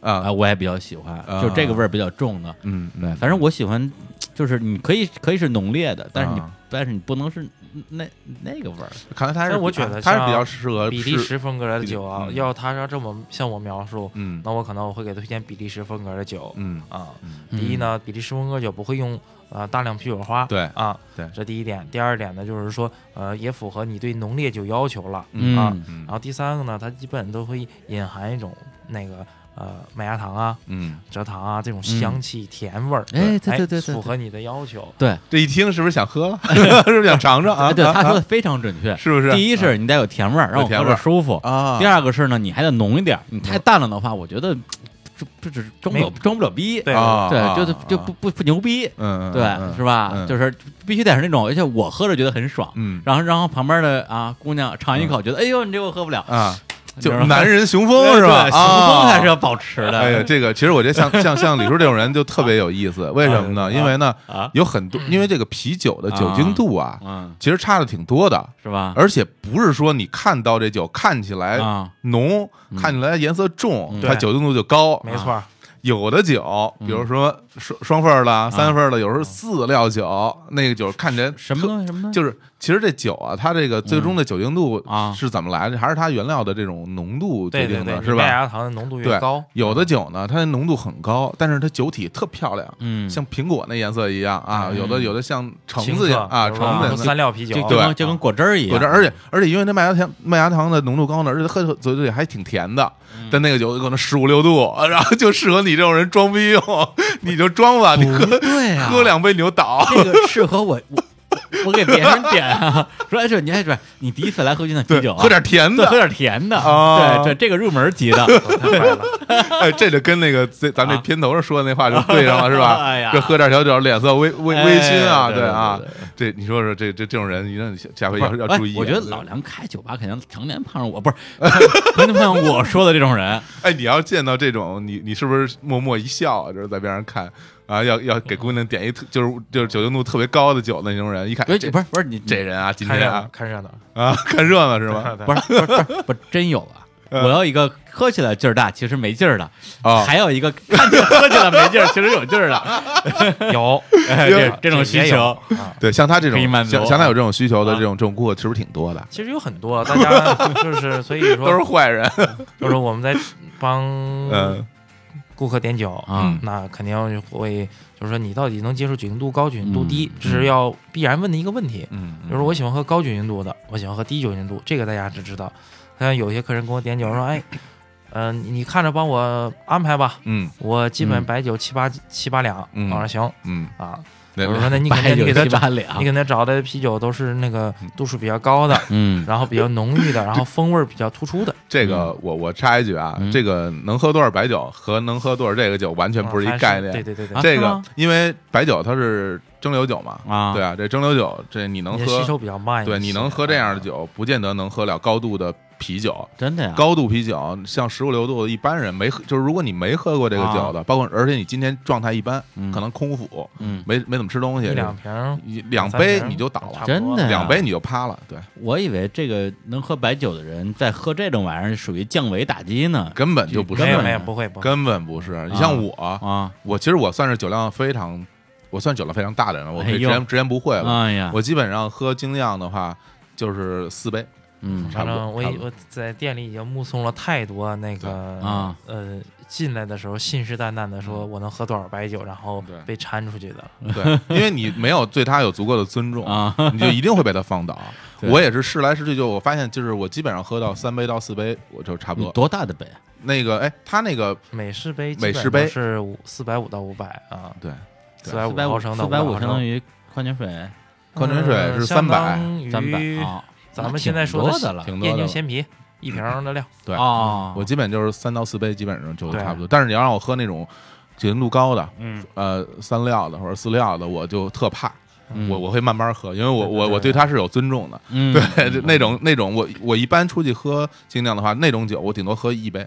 啊啊，我也比较喜欢， 啊就这个味儿比较重的。 嗯， 对， 嗯反正我喜欢，就是你可以可以是浓烈的，但是你啊但是你不能是那那个味儿。 看来他是但是我觉得像他是比较适合比利是时风格的酒啊， 嗯要他要这么向我描述， 嗯那我可能我会给他推荐比利时风格的酒嗯啊。 嗯第一呢，比利时风格酒不会用呃大量啤酒花， 对啊， 对这第一点。第二点呢，就是说呃也符合你对浓烈酒要求了嗯啊。 嗯然后第三个呢，它基本都会隐含一种那个呃麦芽糖啊、 嗯， 蔗糖啊这种香气、甜味儿， 哎对对对对符合你的要求。 对， 这一听是不是想喝了？是不是想尝尝啊？ 哎，对， 啊他说的非常准确。 是不是？ 第一是你得有甜味儿，让我喝有甜味儿着舒服。 啊， 第二个是呢，你还得浓一点儿，你太淡了的话，我觉得这这只装不了没有装不了逼。 对啊， 对， 啊就就不不不牛逼。 嗯，嗯对， 嗯是吧？ 嗯就是必须得是那种，而且我喝着觉得很爽， 嗯然后然后旁边的啊姑娘尝一口，觉得哎呦你这我喝不了， 啊，就你知道吗男人雄对风是吧？ 对雄风还是啊要保持的。 哎呀，这个其实我觉得像像像李叔这种人就特别有意思，为什么呢？ 啊因为呢啊， 有很多，因为这个啤酒的酒精度啊， 嗯， 其实差的挺多的， 是吧？ 而且不是说你看到这酒看起来啊， 浓，看起来颜色重， 嗯它酒精度就高。 没错儿， 有的酒，比如说双双份儿的、三份儿的，有时候四料酒，那个酒看起来什么东西什么东西？ 就是其实这酒啊，它这个最终的酒精度啊是怎么来的？还是它原料的这种浓度决对对对， 定的，是吧？ 你麦芽糖的浓度越对高， 有的酒呢，它的浓度很高，但是它酒体特漂亮， 嗯， 像苹果那颜色一样啊。 嗯有的有的像橙清澈子一样啊， 比如说橙子颜色三料啤酒就，就对跟就跟果汁儿一样。 有这，而且而且因为它麦芽糖麦芽糖的浓度高呢，而且喝嘴里还挺甜的， 嗯但那个酒可能十五六度，然后就适合你这种人装逼用，你就装吧，你喝对啊， 喝两杯你就倒。 这个适合我我我给别人点啊，说哎这你还说你第一次来喝金的啤酒啊， 喝点甜对， 的喝，点甜的， 啊对，这这个入门级的， 太坏了。 哎，这就跟那个这咱这片头上说的那话就对上了，是吧？ 哎呀这喝点小酒，脸色微微微醺啊， 哎对对啊对对， 这你说说这这这种人，一定下回不要是要注意啊。 哎我觉得老梁开酒吧肯定成年碰上我，不是成年碰上我说的这种人， 哎，你要见到这种，你你是不是默默一笑啊？就是在边上看啊，要要给姑娘点一特就是就是酒精度特别高的酒的那种人，一看不是这不是不是你这人啊，今看热闹天啊， 看热闹， 啊看热闹是吗？ 对不是不是不是不是真有啊。 嗯我要一个喝起来劲儿大，其实没劲儿的； 啊， 还有一个看起来喝起来没劲儿，其实有劲儿的。 有哎， 有这这种需也有求， 啊。 对，像他这种可以满足像像他有这种需求的啊这种这种顾客，是不是挺多的？ 其实有很多，大家就是所以说都是坏人， 就是我们在帮嗯顾客点酒啊那肯定会就是说你到底能接受酒精度高、酒精度低， 嗯这是要必然问的一个问题。 嗯， 比如说我喜欢喝高酒精度的，我喜欢喝低酒精度，这个大家只知道。但有些客人跟我点酒说，哎，嗯、你你看着帮我安排吧， 嗯我基本嗯白酒七八七八两， 嗯我说行嗯， 啊。 对我说那你肯白酒定你给他找， 七八两你，给他找的啤酒都是那个度数比较高的， 嗯然后比较浓郁的，然后风味儿比较突出的， 这个我我插一句啊， 嗯这个能喝多少白酒和能喝多少这个酒完全不是还一概念。 对对对对， 啊这个是吗因为白酒它是蒸馏酒嘛， 啊， 对啊，这蒸馏酒这你能喝， 你的吸收比较慢一些。 对，你能喝这样的酒，不见得能喝了高度的啤酒。 真的呀， 高度啤酒像十五六度的，一般人没喝，就是如果你没喝过这个酒的，包括而且你今天状态一般， 嗯可能空腹， 嗯， 没没怎么吃东西， 一两瓶儿一两三杯瓶你就倒了， 差不多真的呀两杯你就趴了，对， 我以为这个能喝白酒的人在喝这种玩意儿属于降维打击呢， 根本就不是没，有根本没有不会不会， 根本不是。你像我， 啊， 我其实我算是酒量非常，我算酒量非常大的人了，我可以哎呦直言直言不讳了。 哎呀， 我基本上喝精酿的话，就是四杯， 嗯差不多反正我差不多我在店里已经目送了太多那个啊呃进来的时候信誓旦旦的说我能喝多少白酒，然后对被掺出去的。 对，因为你没有对他有足够的尊重啊， 你就一定会被他放倒。 对我也是试来试去，就我发现，就是我基本上喝到三杯到四杯，我就差不你多。 多大的杯？ 那个，哎，他那个美式杯美式杯是五四百五到五百啊， 对， 四百五四百五， 毫升的四百五五百毫升， 相当于矿泉水矿泉水是嗯三百， 相当三百于啊， 咱们现在说挺多的了挺多的了。 燕京鲜啤一瓶儿的量。 对， 哦， 我基本就是三到四杯，基本上就对差不多。但是你要让我喝那种酒精度高的， 嗯呃，三料的或者四料的，我就特怕。 嗯我我会慢慢喝，因为我我对对对我对它是有尊重的。 嗯， 对，就那种那种我我一般出去喝精酿的话，那种酒我顶多喝一杯，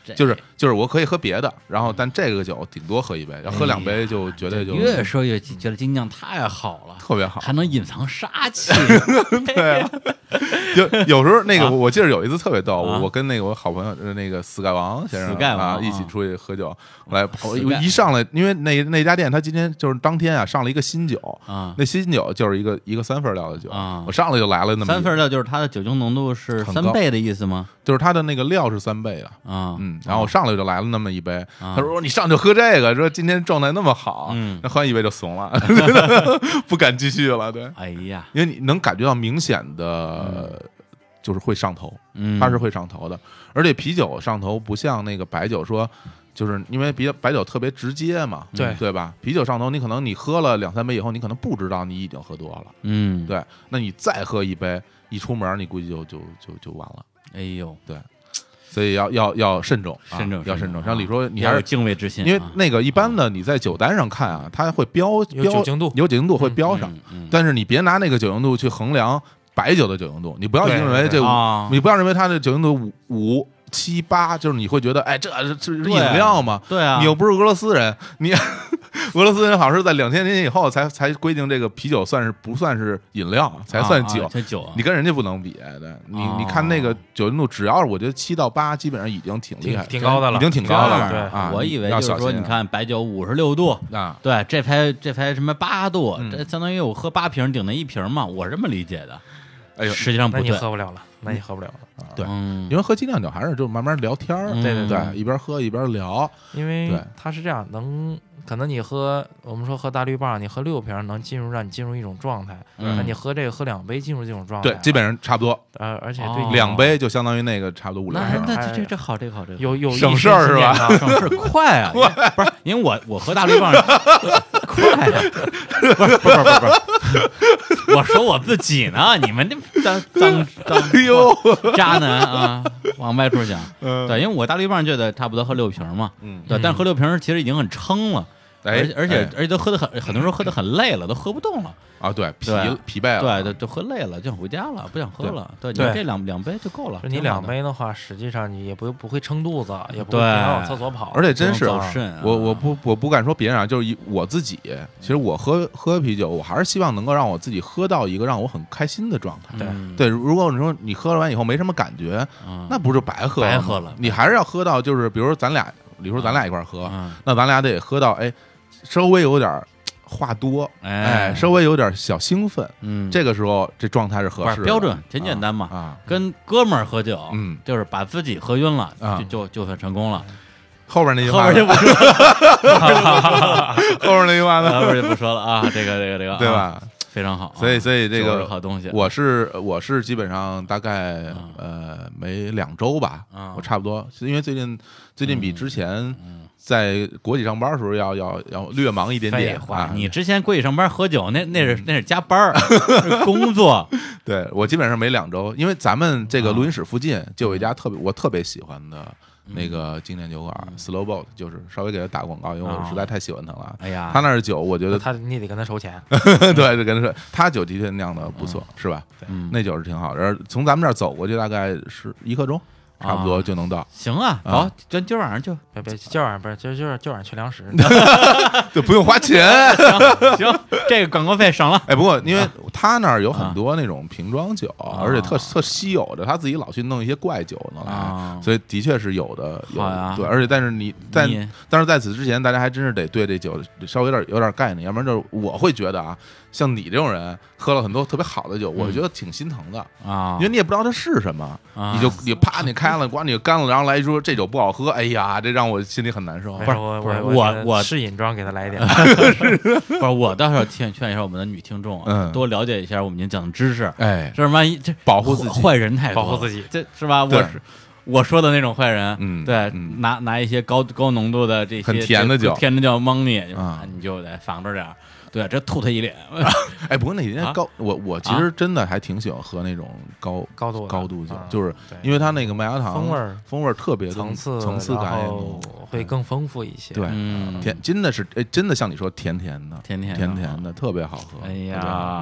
这就是就是我可以喝别的，然后但这个酒顶多喝一杯，要喝两杯就绝对就越说越觉得精酿太好了， 特别好， 还能隐藏杀气。 对啊，就有时候那个啊我记得有一次特别逗， 啊我跟那个我好朋友呃那个死盖王先生 Sky 王啊啊一起出去喝酒，后来我 Sky 一上来，因为那那家店他今天就是当天啊上了一个新酒啊那新酒就是一个一个三份料的酒啊我上来就来了那么一三份料就是它的酒精浓度是很高三倍的意思吗？ 就是它的那个料是三倍的。 啊， 嗯，然后我上来就来了那么一杯， 啊他说你上就喝这个，说今天状态那么好， 嗯那喝完一杯就怂了，不敢继续了，对， 哎呀， 因为你能感觉到明显的，就是会上头， 嗯， 它是会上头的，而且啤酒上头不像那个白酒说。就是因为比白酒特别直接嘛， 对对吧？啤酒上头，你可能你喝了两三杯以后，你可能不知道你已经喝多了， 嗯， 对，那你再喝一杯，一出门你估计就就就就完了， 哎呦， 所以要要要慎重，啊慎重要慎重。像啊李说，你要有还是敬畏之心啊， 因为那个一般的你在酒单上看啊，它会标有标酒精度有酒精度会标上， 嗯嗯但是你别拿那个酒精度去衡量白酒的酒精度，你不要对认为这啊， 你不要认为它的酒精度五五七八，就是你会觉得哎，这这是饮料吗？ 对啊， 你又不是俄罗斯人，你俄罗斯人好像是在两千年以后才才规定这个啤酒算是不算是饮料才算酒啊啊，这酒啊， 你跟人家不能比。对你哦你看那个酒精度，只要是我觉得七到八，基本上已经挺厉害， 挺挺高的了已经挺高的了。 这样啊， 我以为就是说， 要小心你看白酒五十六度， 啊， 对，这排这排什么八度， 嗯这相当于我喝八瓶顶那一瓶嘛，我是这么理解的。 哎呦， 实际上不对， 那你喝不了了，那你喝不了了。啊对嗯因为喝精酿酒还是就慢慢聊天儿， 嗯对对对，一边喝一边聊， 因为对它是这样，能可能你喝我们说喝大绿棒，你喝六瓶能进入让你进入一种状态， 嗯那你喝这个喝两杯进入这种状态， 对，基本上差不多， 呃，而且哦对你两杯就相当于那个差不多五六那瓶儿。 那这这这好，这个好，这个好有有省益事儿是吧身心健康省事快啊，不是因为我我喝大绿棒快啊，不是不是不是不是不是，我说我自己呢，你们这脏脏脏哎呦， 渣男啊，往歪处想， 嗯对，因为我大绿棒觉得差不多喝六瓶嘛， 嗯， 对，但是喝六瓶其实已经很撑了。 哎而且而且哎而且都喝的很，很多时候喝的很累了，都喝不动了， 啊，对，疲对疲惫了， 对，都都喝累了，就想回家了，不想喝了。对，你对这两两杯就够了。 就你挺好的两，杯的话，实际上你也不不会撑肚子，也不会对经常往厕所跑， 而且真是不能走肾啊我我不我不敢说别人啊，就是以我自己，其实我喝喝啤酒，我还是希望能够让我自己喝到一个让我很开心的状态。 嗯对，如果你说你喝完以后没什么感觉， 嗯那不是白喝吗白喝了你还是要喝到，就是比如说咱俩，比如说咱俩一块儿喝， 嗯那咱俩得喝到哎，稍微有点儿话多， 哎哎，稍微有点小兴奋， 嗯， 这个时候这状态是合适的， 不是标准，挺简单嘛。 啊。 跟哥们儿喝酒， 嗯就是把自己喝晕了， 啊就就就算成功了。 后边那句后话呢， 边就不说了， 后边那句话呢， 后边就不说了啊。这个这个这个，啊？ 对吧？ 非常好啊。 所以所以这酒是个好东西。 我是我是基本上大概呃每两周吧啊， 我差不多，因为最近最近比之前嗯在国企上班的时候要要要略忙一点废点话啊，。 你之前国企上班喝酒，那那是那是加班儿，是工作。 对我基本上每两周，因为咱们这个啊录音室附近就有一家特别我特别喜欢的嗯那个经典酒馆 Slow Boat，就是稍微给他打广告，因为我啊实在太喜欢他了。 哎呀， 他那儿的酒，我觉得他你得跟他收钱， 对，就跟他说，他酒的确酿的不错，是吧？ 嗯， 那酒是挺好的，而从咱们这儿走过去大概是一刻钟，差不多就能到， 行啊， 啊好，咱今儿晚上就别别，今晚上不是今儿今儿今晚上去粮食， 就不用花钱。 行行，这个广告费省了。 哎，不过因为他那儿有很多那种瓶装酒，而且特特稀有的，他自己老去弄一些怪酒呢来， 啊所以的确是有的。有好呀对，而且但是你在你但是在此之前，大家还真是得对这酒稍微有点有点概念，要不然就是我会觉得啊，像你这种人喝了很多特别好的酒，我觉得挺心疼的。 啊， 因为你也不知道它是什么， 啊你就你啪你开了，管你干了，然后来一说这酒不好喝，哎呀，这让我心里很难受。 不是我不是我觉得我我试饮装给他来一点， 不是我倒是要劝劝一下我们的女听众啊， 嗯多了解一下我们今天讲的知识， 哎， 这万一这保护自己坏人太多了， 保护自己这是吧？我对是我说的那种坏人， 嗯对， 嗯拿拿一些高高浓度的这些很甜的酒甜的酒蒙你啊你就得防着点儿，对，这吐他一脸， 哎，不过那天啊高，我我其实真的还挺喜欢喝那种高高度的高度酒啊， 就是对因为它那个麦芽糖风味儿风味儿特别的层次层次感也然后浓， 会更丰富一些。 对嗯， 甜真的是哎，真的像你说甜甜的， 甜甜的甜甜的，特别好喝。 哎特别好呀喝，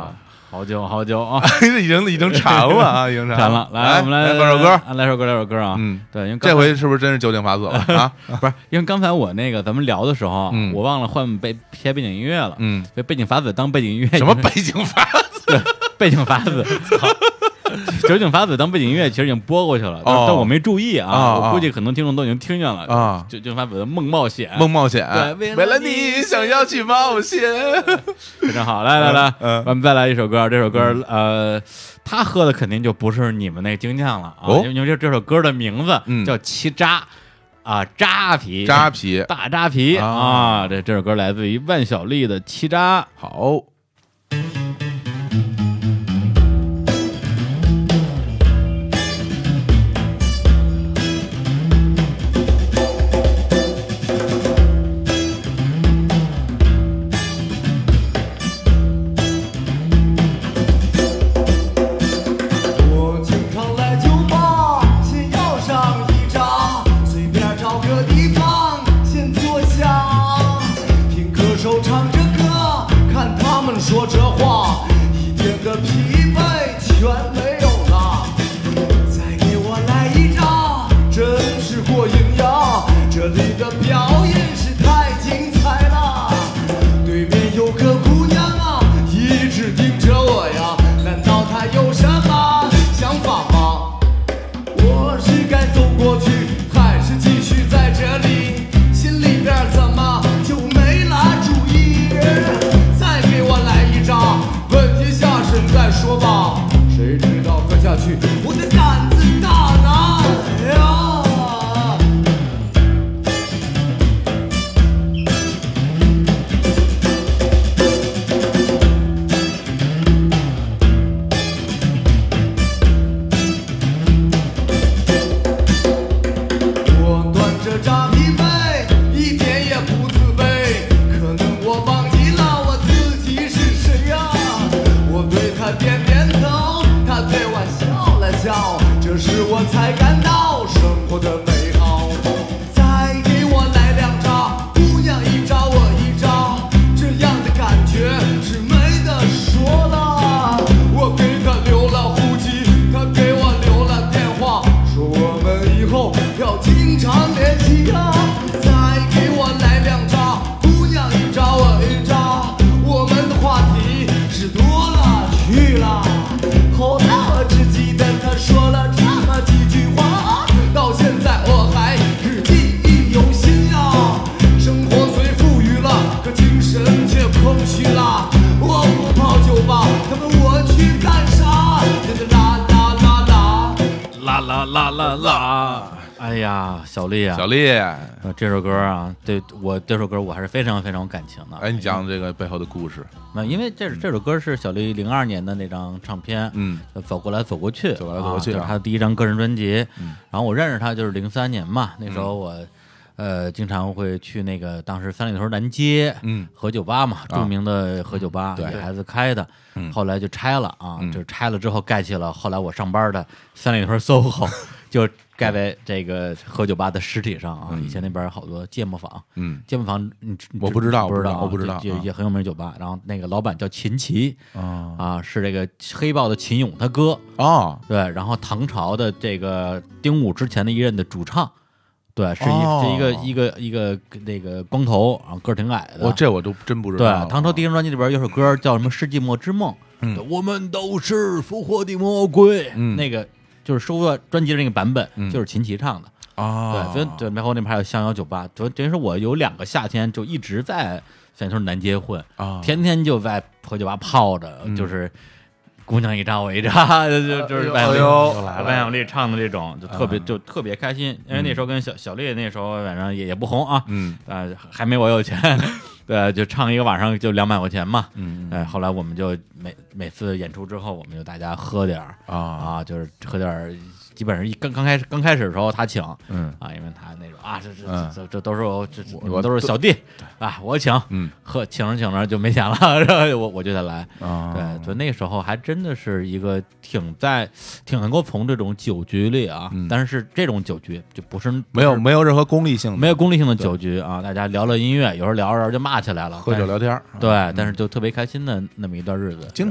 好久好久啊， 已经已经馋了啊，已经馋了。来，我们来来放首歌， 来首歌，来首歌啊。 嗯， 对，因为这回是不是真是酒井法子了啊？ 不是，因为刚才我那个咱们聊的时候， 嗯我忘了换背贴背景音乐了。 嗯， 所以背景法子当背景音乐， 什么背景法子？ 对，背景法子。酒井法子当背景音乐其实已经播过去了，但哦但我没注意啊， 哦我估计很多听众都已经听见了啊。 酒井法子的《梦冒险》， 梦冒险， 对， 为了你想要去冒险， 非常好。来来来， 嗯， 我们再来一首歌，这首歌呃，他喝的肯定就不是你们那精酿了啊， 哦因为这这首歌的名字嗯叫七扎啊，扎啤， 扎啤， 大扎啤啊啊，这这首歌来自于万晓利的《七扎》。 好。 我经常来酒吧，先要上一扎，随便找个地方先坐下，听歌手唱着歌，看他们说着话，一点的疲惫全没有了。再给我来一扎，真是过瘾呀！这里的表演是太精彩了。对面有个姑娘啊，一直盯着我呀，难道她有什么想法吗？我是该走过去，还是继续在这里？心里边怎么就没了主意？再给我来一扎，问一下身再说吧。谁知道喝下去，我的胆子大了呀！我端着扎啤杯，一点也不自卑。可能我忘记了我自己是谁呀？我对他点点头，他对我笑了笑。这时我才感到生活的美好。再给我来两扎，姑娘一扎我一扎，这样的感觉是没得说了。我给他留了户籍，他给我留了电话，说我们以后要经常联系啊。再给我来两扎，姑娘一扎我一扎，我们的话题是多了去了。后来我只记得他说了这么几句话，到现在我还是记忆犹新呀。生活虽富裕了，可精神却空虚了。我不跑酒吧，他问我去干啥？啦啦啦啦。 啦啦啦啦啦！哎呀，小丽啊， 小丽， 呃这首歌啊，对我这首歌我还是非常非常有感情的。 哎，你讲讲这个背后的故事。 那因为这这首歌是小丽零二年的那张唱片， 嗯， 叫走过来走过去， 走来走过去啊啊就是她的第一张个人专辑。 嗯然后我认识她就是零三年嘛，那时候我呃经常会去那个当时三里屯南街， 嗯和酒吧嘛， 啊著名的和酒吧， 对女孩子开的， 嗯后来就拆了啊， 嗯就是拆了之后盖起了后来我上班的三里屯 S O H O，就盖在这个和酒吧的尸体上啊。 嗯以前那边有好多芥末坊， 嗯芥末坊你你我不知道不知道啊， 我不知道啊就就也很有名的酒吧。然后那个老板叫秦琪啊啊，是这个黑豹的秦勇他哥， 哦对，然后唐朝的这个丁武之前的一任的主唱。对，是一、 哦是一个一个一个那个光头，然后个儿挺矮的。 我这我都真不知对道。， 唐朝第一张专辑里边有首歌叫什么《世纪末之梦》， 嗯对我们都是复活的魔鬼， 嗯那个就是收到专辑的那个版本， 嗯就是秦琪唱的。 啊， 对，所以对，然后那边还有逍遥酒吧，就等于说我有两个夏天就一直在三里屯南街混， 啊， 天天就在和酒吧泡着， 嗯就是姑娘一扎我一扎，就就就是万晓利哎呦又来了，万晓利唱的这种就特别啊就特别开心，因为那时候跟小小丽那时候反正也也不红啊， 嗯啊还没我有钱，对，就唱一个晚上就两百块钱嘛， 嗯哎，后来我们就每每次演出之后，我们就大家喝点儿啊啊，就是喝点儿，基本上一刚刚开始刚开始的时候他请， 嗯啊，因为他那种啊，这这嗯这这都是我这我你们都是小弟啊，我请， 嗯喝请着请着就没钱了，然后我我就得来， 啊， 对，所以那个时候还真的是一个挺在挺能够从这种酒局里啊， 嗯但是这种酒局就不是没有不是没有任何功利性的， 没有功利性的酒局啊，大家聊聊音乐，有时候聊着聊着就骂起来了， 喝酒聊天儿， 但是对，但是就特别开心的那么一段日子， 经常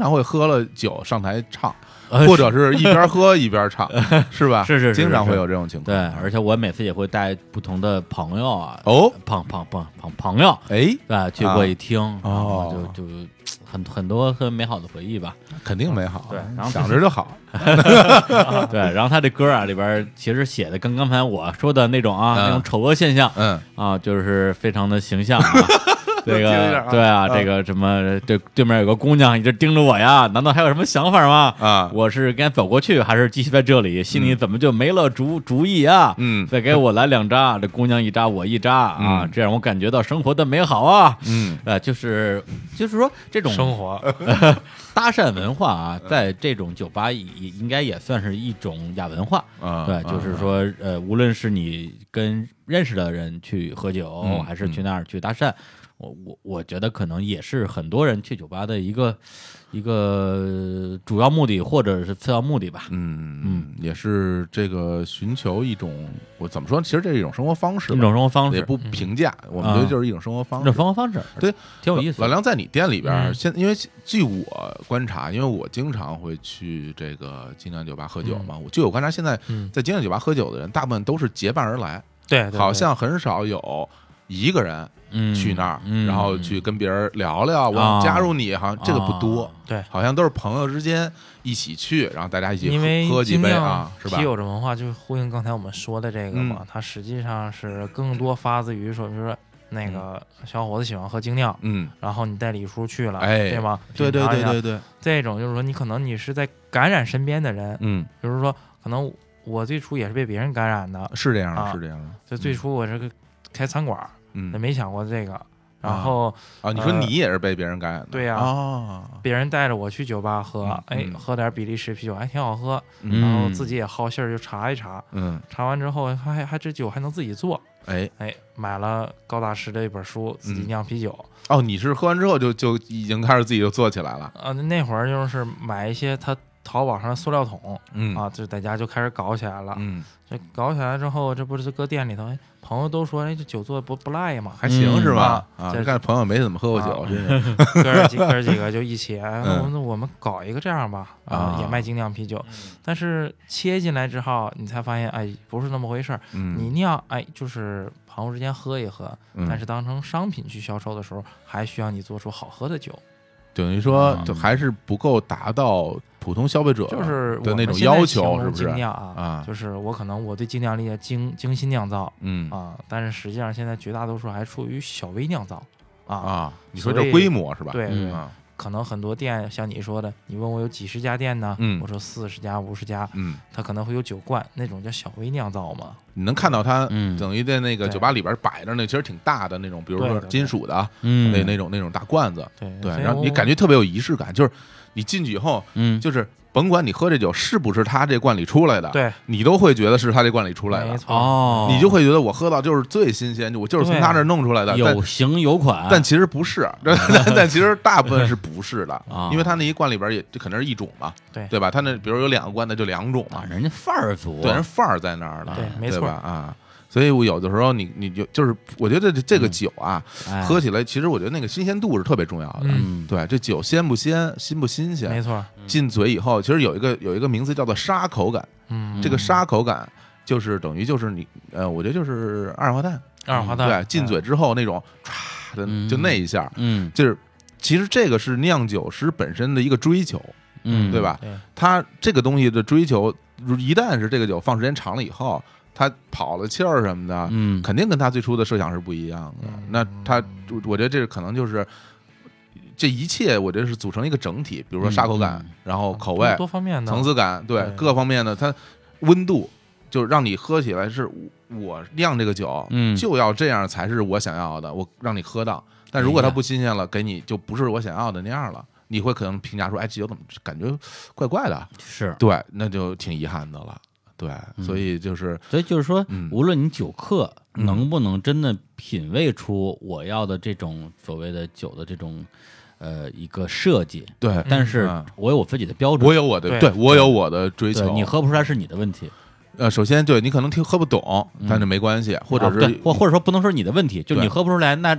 常会喝了酒上台唱，或者是一边喝一边唱，是吧？ 是是是， 经常会有这种情况。 对，而且我每次也会带不同的朋友啊， 哦， 朋朋朋朋朋友， 哎， 对，去过一听，然哦后就就很很多很美好的回忆吧。 肯定美好， 对，然后想着就好。 对，然后他这歌啊里边其实写的跟刚才我说的那种啊、 嗯、 那种丑恶现象， 嗯啊，就是非常的形象啊。这个啊对啊， 啊这个什么，这对面有个姑娘一直盯着我呀，难道还有什么想法吗？ 啊， 我是该走过去，还是继续在这里？心里怎么就没了主主意啊？ 嗯， 再给我来两扎，这姑娘一扎，我一扎啊， 嗯、 这让我感觉到生活的美好啊。 嗯， 呃，就是就是说这种生活搭讪文化啊，在这种酒吧也应该也算是一种亚文化啊。 对，就是说呃，无论是你跟认识的人去喝酒， 嗯、 还是去那儿去搭讪。我我我觉得可能也是很多人去酒吧的一个一个主要目的或者是次要目的吧。 嗯嗯，也是这个寻求一种，我怎么说？其实这是一种生活方式， 一种生活方式也不评价， 嗯、 我们觉得就是一种生活方式。 一种生活方式， 对， 挺有意思。 老梁在你店里边， 嗯、 现因为据我观察，因为我经常会去这个精酿酒吧喝酒嘛， 嗯、 我据我观察，现在在精酿酒吧喝酒的人，大部分都是结伴而来， 对，对对好像很少有一个人。 嗯， 去那儿， 嗯、 然后去跟别人聊聊，我哦、 加入你，好像这个不多， 哦、 对， 好像都是朋友之间一起去，然后大家一起因为喝几杯啊，是吧？ 啤酒这文化就是呼应刚才我们说的这个嘛， 嗯、 它实际上是更多发自于说，比如说那个小伙子喜欢喝精酿， 嗯， 然后你带李叔去了， 哎， 对吗？ 对对对对对， 这种就是说你可能你是在感染身边的人， 嗯， 比如说可能我最初也是被别人感染的， 是这样的， 啊、 是这样的， 就最初我这个开餐馆， 嗯， 没想过这个。然后啊，你说你也是被别人感染的？ 对呀， 啊， 别人带着我去酒吧喝，哎，喝点比利时啤酒还挺好喝，然后自己也好信儿就查一查， 嗯， 查完之后还还这酒还能自己做， 哎哎，买了高大师的一本书，自己酿啤酒。 哦，你是喝完之后就就已经开始自己就做起来了？ 啊，那会儿就是买一些他淘宝上的塑料桶， 嗯啊，就在家就开始搞起来了， 嗯， 这搞起来之后，这不是搁店里头，哎，朋友都说，哎，这酒做的不不赖嘛， 还行是吧？ 啊， 这看朋友没怎么喝过酒，真是哥儿几哥儿几个就一起，那我们搞一个这样吧，啊，也卖精酿啤酒，但是切进来之后，你才发现，哎，不是那么回事儿。你酿，哎，就是朋友之间喝一喝，但是当成商品去销售的时候，还需要你做出好喝的酒。 等于说，就还是不够达到普通消费者就是的那种要求，是不是？ 精酿啊， 啊， 就是我可能我对精酿理解精精心酿造， 嗯啊，但是实际上现在绝大多数还处于小微酿造，啊啊，你说这规模是吧？ 对对， 啊， 可能很多店像你说的，你问我有几十家店呢？ 嗯， 我说四十家、五十家， 嗯， 它可能会有酒罐，那种叫小微酿造嘛。 你能看到它， 嗯， 等于在那个酒吧里边摆着那其实挺大的那种，比如说金属的， 嗯， 那那种那种大罐子， 对对，然后你感觉特别有仪式感，就是你进去以后， 嗯， 就是。甭管你喝这酒是不是他这罐里出来的， 对， 你都会觉得是他这罐里出来的， 没错哦， 你就会觉得我喝到就是最新鲜，我就是从他这弄出来的， 有型有款。 但其实不是，但其实大部分是不是的， 啊、 因为他那一罐里边也这肯定是一种嘛， 对对吧？他那比如有两个罐，那就两种嘛， 啊、人家范儿足， 对，人范儿在那儿了， 对，没错吧？啊。所以，我有的时候你你就就是，我觉得这个酒啊， 嗯哎、 喝起来其实我觉得那个新鲜度是特别重要的。 嗯， 对，这酒鲜不鲜，新不新鲜， 没错。 进嘴以后，其实有一个有一个名词叫做沙口感。 嗯， 这个沙口感就是等于就是你呃，我觉得就是二氧化碳。 二氧化碳。 对，进嘴之后那种唰的就那一下， 嗯， 就是其实这个是酿酒师本身的一个追求， 嗯， 对吧？ 对， 他这个东西的追求，一旦是这个酒放时间长了以后。他跑了气儿什么的， 嗯， 肯定跟他最初的设想是不一样的。 嗯、 那他，我觉得这可能就是这一切，我觉得是组成一个整体。比如说沙口感， 嗯、 然后口味、 多方面的层次感，对, 对各方面的，它温度，就让你喝起来是我酿这个酒， 嗯， 就要这样才是我想要的，我让你喝到。但如果它不新鲜了，给你就不是我想要的那样了。你会可能评价说，哎，这酒怎么感觉怪怪的？ 是对，那就挺遗憾的了。对，所以就是， 所以就是说， 嗯、 无论你酒客能不能真的品味出我要的这种所谓的酒的这种呃一个设计， 对， 但是我有我自己的标准， 我有我的，对, 对我有我的追求， 你喝不出来是你的问题。 呃，首先，对你可能听喝不懂，但是没关系， 嗯、 或者是、 啊、或或者说不能说你的问题，就你喝不出来，那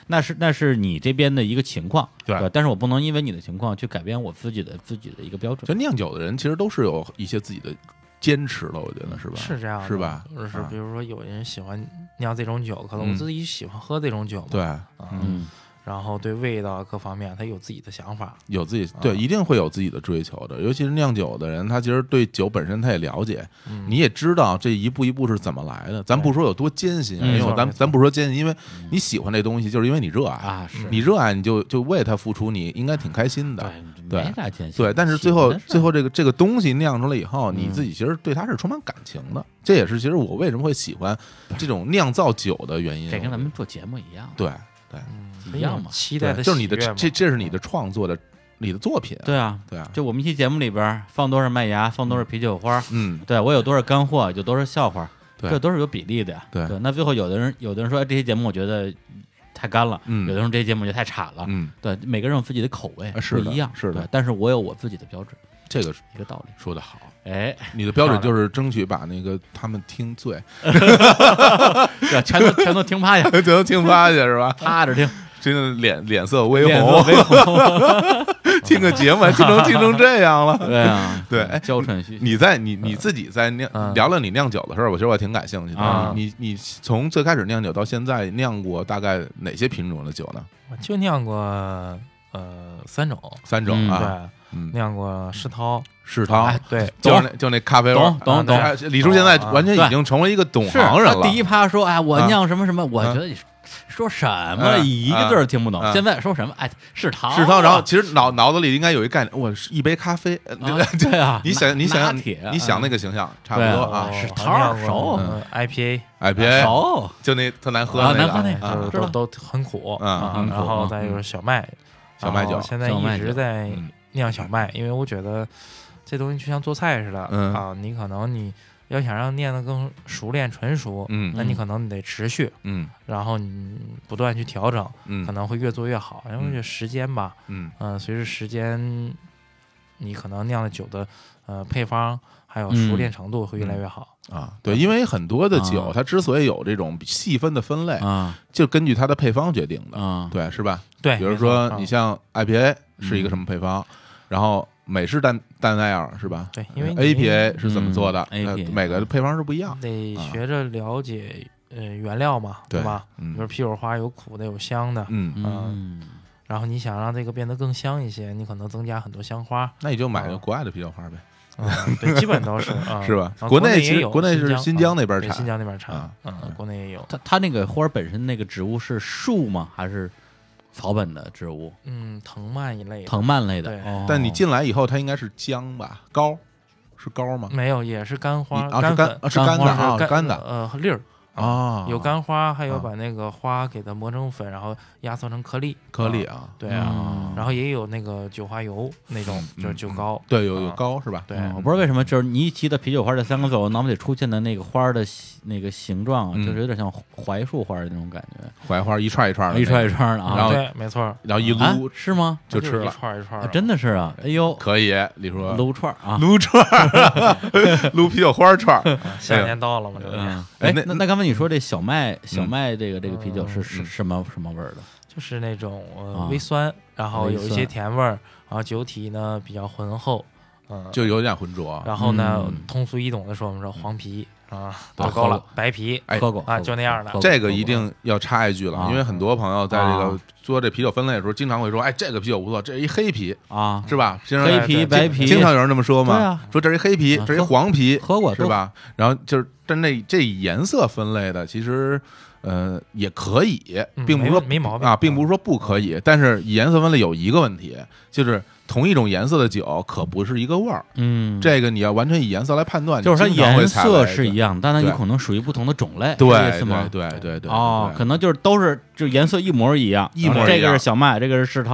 那是那是你这边的一个情况， 对吧？但是我不能因为你的情况去改变我自己的自己的一个标准。 就酿酒的人其实都是有一些自己的坚持的，我觉得是吧？ 是这样的， 是吧？ 就是啊比如说有人喜欢酿这种酒，可能我嗯自己喜欢喝这种酒嘛， 对， 啊， 嗯然后对味道各方面他有自己的想法， 有自己对，一定会有自己的追求的。尤其是酿酒的人，他其实对酒本身他也了解， 嗯你也知道这一步一步是怎么来的。咱不说有多艰辛， 嗯因为我咱没错没错咱不说艰辛，因为你喜欢这东西，就是因为你热爱， 啊，是你热爱你就就为它付出，你应该挺开心的。 对， 对没啥艰辛。 对，但是最后喜欢的事儿最后这个这个东西酿出来以后， 嗯你自己其实对它是充满感情的。这也是其实我为什么会喜欢这种酿造酒的原因。 这跟咱们做节目一样， 对对一样嘛对， 期待的就是你的喜悦嘛这这是你的创作的你的作品。 对啊， 对啊， 就我们一期节目里边放多少麦芽，放多少啤酒花， 嗯， 对我有多少干货，有多少笑话， 对这都是有比例的呀。 对那最后有的人有的人说，哎，这些节目我觉得太干了， 嗯有的人说这些节目我觉得太差了， 嗯， 对，每个人有自己的口味啊是的不一样， 是的对，但是我有我自己的标准， 这个一个道理。 说的好。 哎， 你的标准就是争取把那个他们听醉， 对，全都全都听趴下， 全都听趴下是吧？ 趴着听， 真的脸脸色微脸色红， 微红， 听个节目还听成听成这样了。 对啊， 对哎娇喘吁吁。 你在你你自己在酿嗯聊聊你酿酒的事儿，我其实我挺感兴趣的。 啊你你从最开始酿酒到现在酿过大概哪些品种的酒呢？ 我就酿过呃三种， 三种嗯啊， 对， 嗯， 酿过世涛， 世涛哎， 对， 就是那就那咖啡味儿懂懂懂哎李叔现在完全已经成为一个懂是行人了。 他第一趴说，哎，我啊酿什么什么，我啊觉得你说什么啊一个字儿听不懂啊。 现在说什么，哎，是糖， 世涛，然后其实脑脑子里应该有一概念，我是一杯咖啡，呃啊对啊， 你想你想拿想铁啊你想那个形象差不对啊多啊哦是桃还酿过熟嗯 I P A， ，I P A 熟， 就那特难喝啊那个难喝那个啊就是知道都都很苦嗯啊很苦然后嗯再就是小麦， 小麦酒然后现在一小麦酒直在嗯酿小麦，因为我觉得这东西就像做菜似的嗯啊，你可能你要想让酿的更熟练纯熟， 嗯那你可能你得持续， 嗯然后你不断去调整， 嗯可能会越做越好。因为嗯这时间吧， 嗯嗯，随着时间，你可能酿的酒的呃配方还有熟练程度会越来越好。 啊，对，因为很多的酒啊它之所以有这种细分的分类， 啊就根据它的配方决定的， 啊， 对，是吧？ 对， 比如没错说啊你像 I P A 是一个什么配方，然后美式淡淡奈尔是吧？ 对，因为 A 你 P A 是怎么做的？ 嗯呃 A P A 每个配方是不一样。 得啊学着了解呃原料嘛， 对吧？ 嗯比如啤酒花有苦的有香的， 嗯， 嗯， 然后你想让这个变得更香一些，你可能增加很多香花。 那你就买个啊国外的啤酒花呗， 嗯，对，基本都是啊， 是吧然后国内内也有其实国内是新新疆啊那边产对新疆那边产啊， 嗯，国内也有。 它它那个花儿本身那个植物是树吗？还是草本的植物？ 嗯，藤蔓一类的， 藤蔓类的对。 哦但你进来以后，它应该是姜吧？膏是膏吗？ 没有，也是干花， 啊，是干粉啊，是干的干是啊， 干干的呃粒儿啊， 有干花，还有啊把那个花给它磨成粉，然后压缩成颗粒，啊颗粒啊， 对啊， 嗯然后也有那个酒花油那种， 嗯就是酒膏， 对，有有啊膏是吧？ 对嗯我不知道为什么，就是你一提到啤酒花这三个字，我脑海里出现的那个花儿的形那个形状啊， 嗯就是有点像槐树花的那种感觉， 槐花一串一串的， 一串一，串的啊。 然后对，没错， 然后一啊撸是吗？ 就吃了一，串一串啊的， 真的是啊！哎呦， 可以。李叔撸串儿啊！ 撸串儿，撸啤酒花串儿， 夏天到了嘛，这不是嗯，哎， 那那那刚才你说这小麦小麦这个这个啤酒是是嗯什么什么味儿的？ 就是那种呃啊微酸，然后有一些微酸甜味儿，然后酒体呢比较浑厚，嗯， 就有点浑浊。 然后呢嗯通俗易懂的说，我们说黄皮啊， 对糟糕了喝， 白皮， 哎喝过啊就那样的喝过这个一定要插一句了， 啊因为很多朋友在这个啊做这啤酒分类的时候，经常会说：“哎，这个啤酒不错，这是一黑啤， 啊， 是吧？”经常黑啤经白啤经常有人这么说嘛对啊， 说这是一黑啤， 啊这是一黄啤， 喝过是？吧？然后就是，但那这以颜色分类的，其实呃也可以， 嗯没并不是说问没毛病啊，并不是说不可以。但是以颜色分类有一个问题，就是同一种颜色的酒可不是一个味儿。 嗯， 这个你要完全以颜色来判断， 就是它你经常会颜色踩雷的是一样，但它有对可能属于不同的种类，是这对意思吗？ 对对对对哦， 对可能就是都是就颜色一模一样， 一模一样这个是小麦，这个是世涛，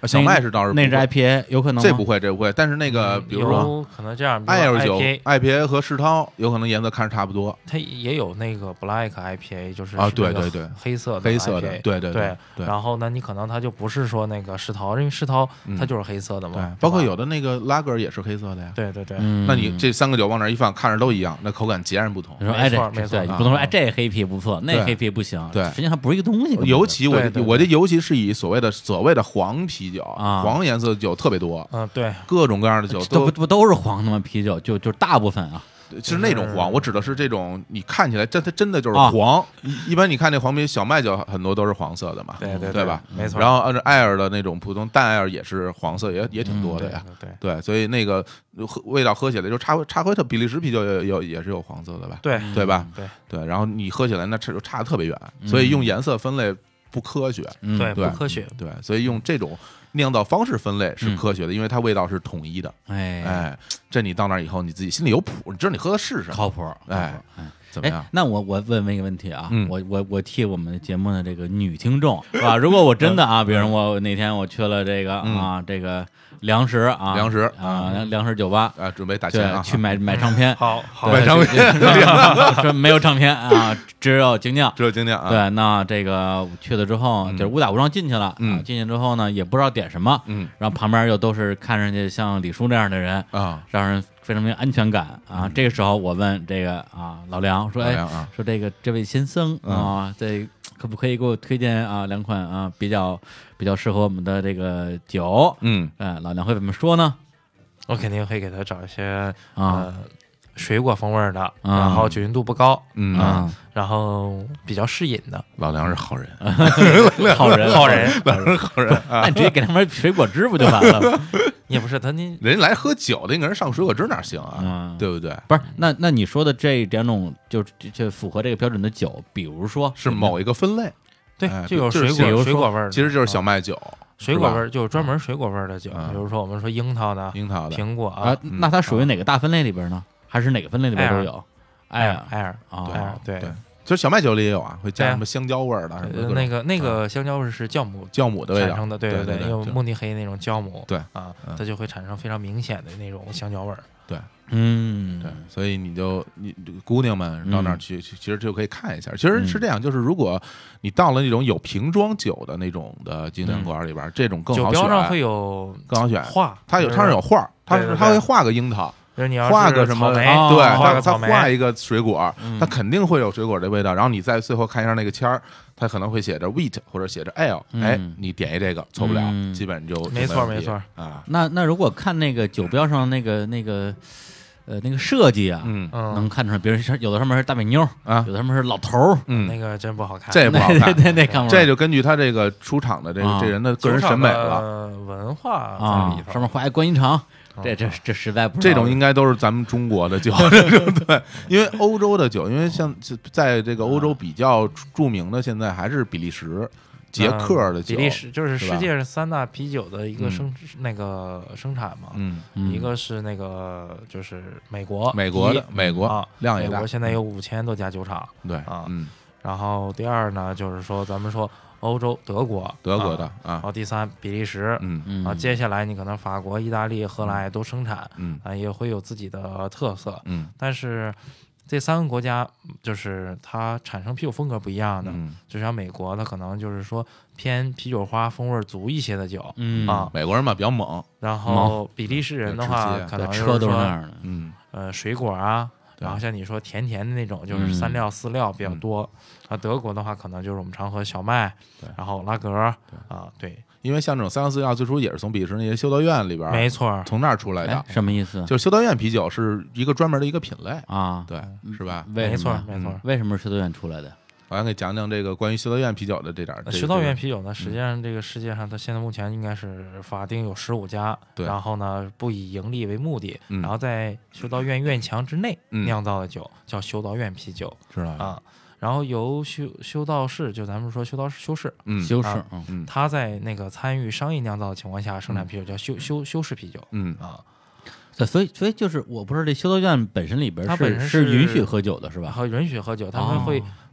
小麦是倒是那是不会 I P A 有可能吗这不会，这不会。但是那个比如说有可能这样，比如说艾尔酒 I P A I P A 和世涛有可能颜色看着差不多它也有那个 black I P A， 就是啊是那个对对对黑色的黑色的 I P A， 对对对对然后呢，你可能它就不是说那个世涛，因为世涛嗯它就是黑色的嘛， 对是吧， 包括有的那个拉格也是黑色的呀。 对对对， 嗯， 那你这三个酒往那儿一放，看着都一样，那口感截然不同你。说哎这没错没错对你啊不能说哎这黑啤不错，那对黑啤不行， 对实际上不是一个东西。 尤其我对对对我这尤其是以所谓的所谓的黄啤酒啊黄颜色的酒特别多， 嗯对， 各种各样的酒都这不不都是黄的吗？啤酒就就大部分啊， 是那种黄， 就是我指的是这种你看起来真它真的就是啊黄。一一般你看那黄啤小麦酒很多都是黄色的嘛， 对对对吧？ 没错。 然后按照艾尔的那种普通淡艾尔也是黄色，也也挺多的对呀。 对对对，所以那个喝味道喝起来就差差回特比利时啤酒也有也是有黄色的吧？ 对对吧？ 对对，然后你喝起来那差就差的特别远，所以用颜色分类不科学。 嗯对， 对不科学。 对，所以用这种酿造方式分类是嗯科学的，因为它味道是统一的。 哎哎，这你到那儿以后，你自己心里有谱，你知道你喝的是什么， 靠谱， 哎靠谱哎。 怎么样哎？，那我我问问一个问题啊， 嗯我我我替我们节目的这个女听众是吧？如果我真的啊，比如我哪天我去了这个嗯啊这个粮食啊粮食啊粮粮食酒吧， 啊，准备打钱啊， 对，去买买唱片， 好好对买唱片这说没有唱片啊，只有精酿。 只有精酿啊。 对，那这个去了之后， 嗯就是误打误撞进去了， 嗯啊，进去之后呢，也不知道点什么， 嗯然后旁边又都是看上去像李叔这样的人， 啊， 让人非常没有安全感啊。这个时候我问这个啊老梁说，哎老梁啊， 说这个这位先生啊，这可不可以给我推荐啊两款啊比较比较适合我们的这个酒？ 嗯哎，老梁会怎么说呢？ 我肯定会给他找一些啊呃水果风味儿的，然后酒精度不高， 嗯啊， 然后比较适饮的。 老梁是好人， 好人好人， 老梁是好人啊那。你直接给他们水果汁不就完了？ 也不是他那人家来喝酒的，你给人上水果汁哪行啊？ 嗯对不对？ 不是，那那你说的这两种就就就符合这个标准的酒，比如说是某一个分类， 对哎， 就有就是水果比如说水果味儿的， 其实就是小啊麦酒， 水果味是儿，就是专门水果味儿的酒， 嗯比如说我们说樱桃的、 樱桃的， 苹果啊，那它属于哪个大分类里边呢？还是哪个分类里边都有？哎呀， 艾尔啊艾尔对对，其实小麦酒里也有啊，会加对啊什么香蕉味儿的，什么各呃种那个那个香蕉味是酵母酵母的味道产生的，对对对，用对对慕尼黑那种酵母， 对啊嗯， 它就会产生非常明显的那种香蕉味儿。 嗯， 对，所以你就你姑娘们到那儿去，其实就可以看一下。其实是这样，就是如果你到了那种有瓶装酒的那种的精酿馆里边，这种更酒好选， 标上会有更好选。 画， 它有， 就是它是有画儿，它是对对对它会画个樱桃， 就是你要画个什么， 是草莓， 哦对，它它画个草莓， 画一个水果嗯， 它肯定会有水果的味道。然后你在最后看一下那个签儿，它可能会写着 wheat 或者写着 ale， 嗯哎，你点一这个错不了嗯， 基本就没错就问题没错啊， 那那如果看那个酒标上那个那个呃那个设计啊， 嗯能嗯， 看出来，比如是有的上面是大美妞， 啊有的上面是老头儿， 嗯， 那个真不好看， 这也不好对看， 对对，看不出来这就根据他这个出厂的这个啊这人的个人审美了。 了，文化在啊里，头， 上面画一观音肠， 嗯这这这实在不知道这种应该都是咱们中国的酒，对，因为欧洲的酒，因为像在这个欧洲比较著名的，现在还是比利时、捷克的酒， 比利时就是是吧世界上三大啤酒的一个嗯生那个生产嘛， 嗯， 嗯一个是那个就是美国， 美国的一美国啊， 量也大美国，现在有五千多家酒厂， 对啊嗯， 然后第二呢就是说咱们说欧洲德国， 德国的啊， 啊然，后第三比利时， 嗯嗯啊，接下来你可能法国、意大利、荷兰也都生产， 嗯啊，也会有自己的特色， 嗯但是这三个国家就是它产生啤酒风格不一样的， 嗯， 就像美国，它可能就是说偏啤酒花风味足一些的酒， 嗯啊， 美国人嘛比较猛， 然后比利时人的话直接， 可对车能就是说都是那样的， 嗯呃水果啊， 对然后像你说甜甜的那种，就是三料四料比较多。啊，德国的话，可能就是我们常喝小麦对， 然后拉格啊，对， 因为像这种三幺四药最初也是从比利时那些修道院里边没错， 从那儿出来的哎，，什么意思？ 就是修道院啤酒是一个专门的一个品类， 啊， 对，是吧？ 没错为什么？ 没错。 为什么是修道院出来的？ 我想给讲讲这个关于修道院啤酒的这点儿。这个修道院这个啤酒呢，实际上这个世界上它现在目前应该是法定有十五家， 对然后呢不以盈利为目的， 嗯然后在修道院院墙之内嗯酿造的酒叫修道院啤酒知道啊。然后由修修道士，就咱们说修道士修士， 嗯修饰啊， 嗯嗯他在那个参与商业酿造的情况下生产啤酒叫修修修士啤酒嗯啊。 对，所以所以就是我不知道这修道院本身里边是它本身是是允许喝酒的，是吧？ 然后允许喝酒，他们会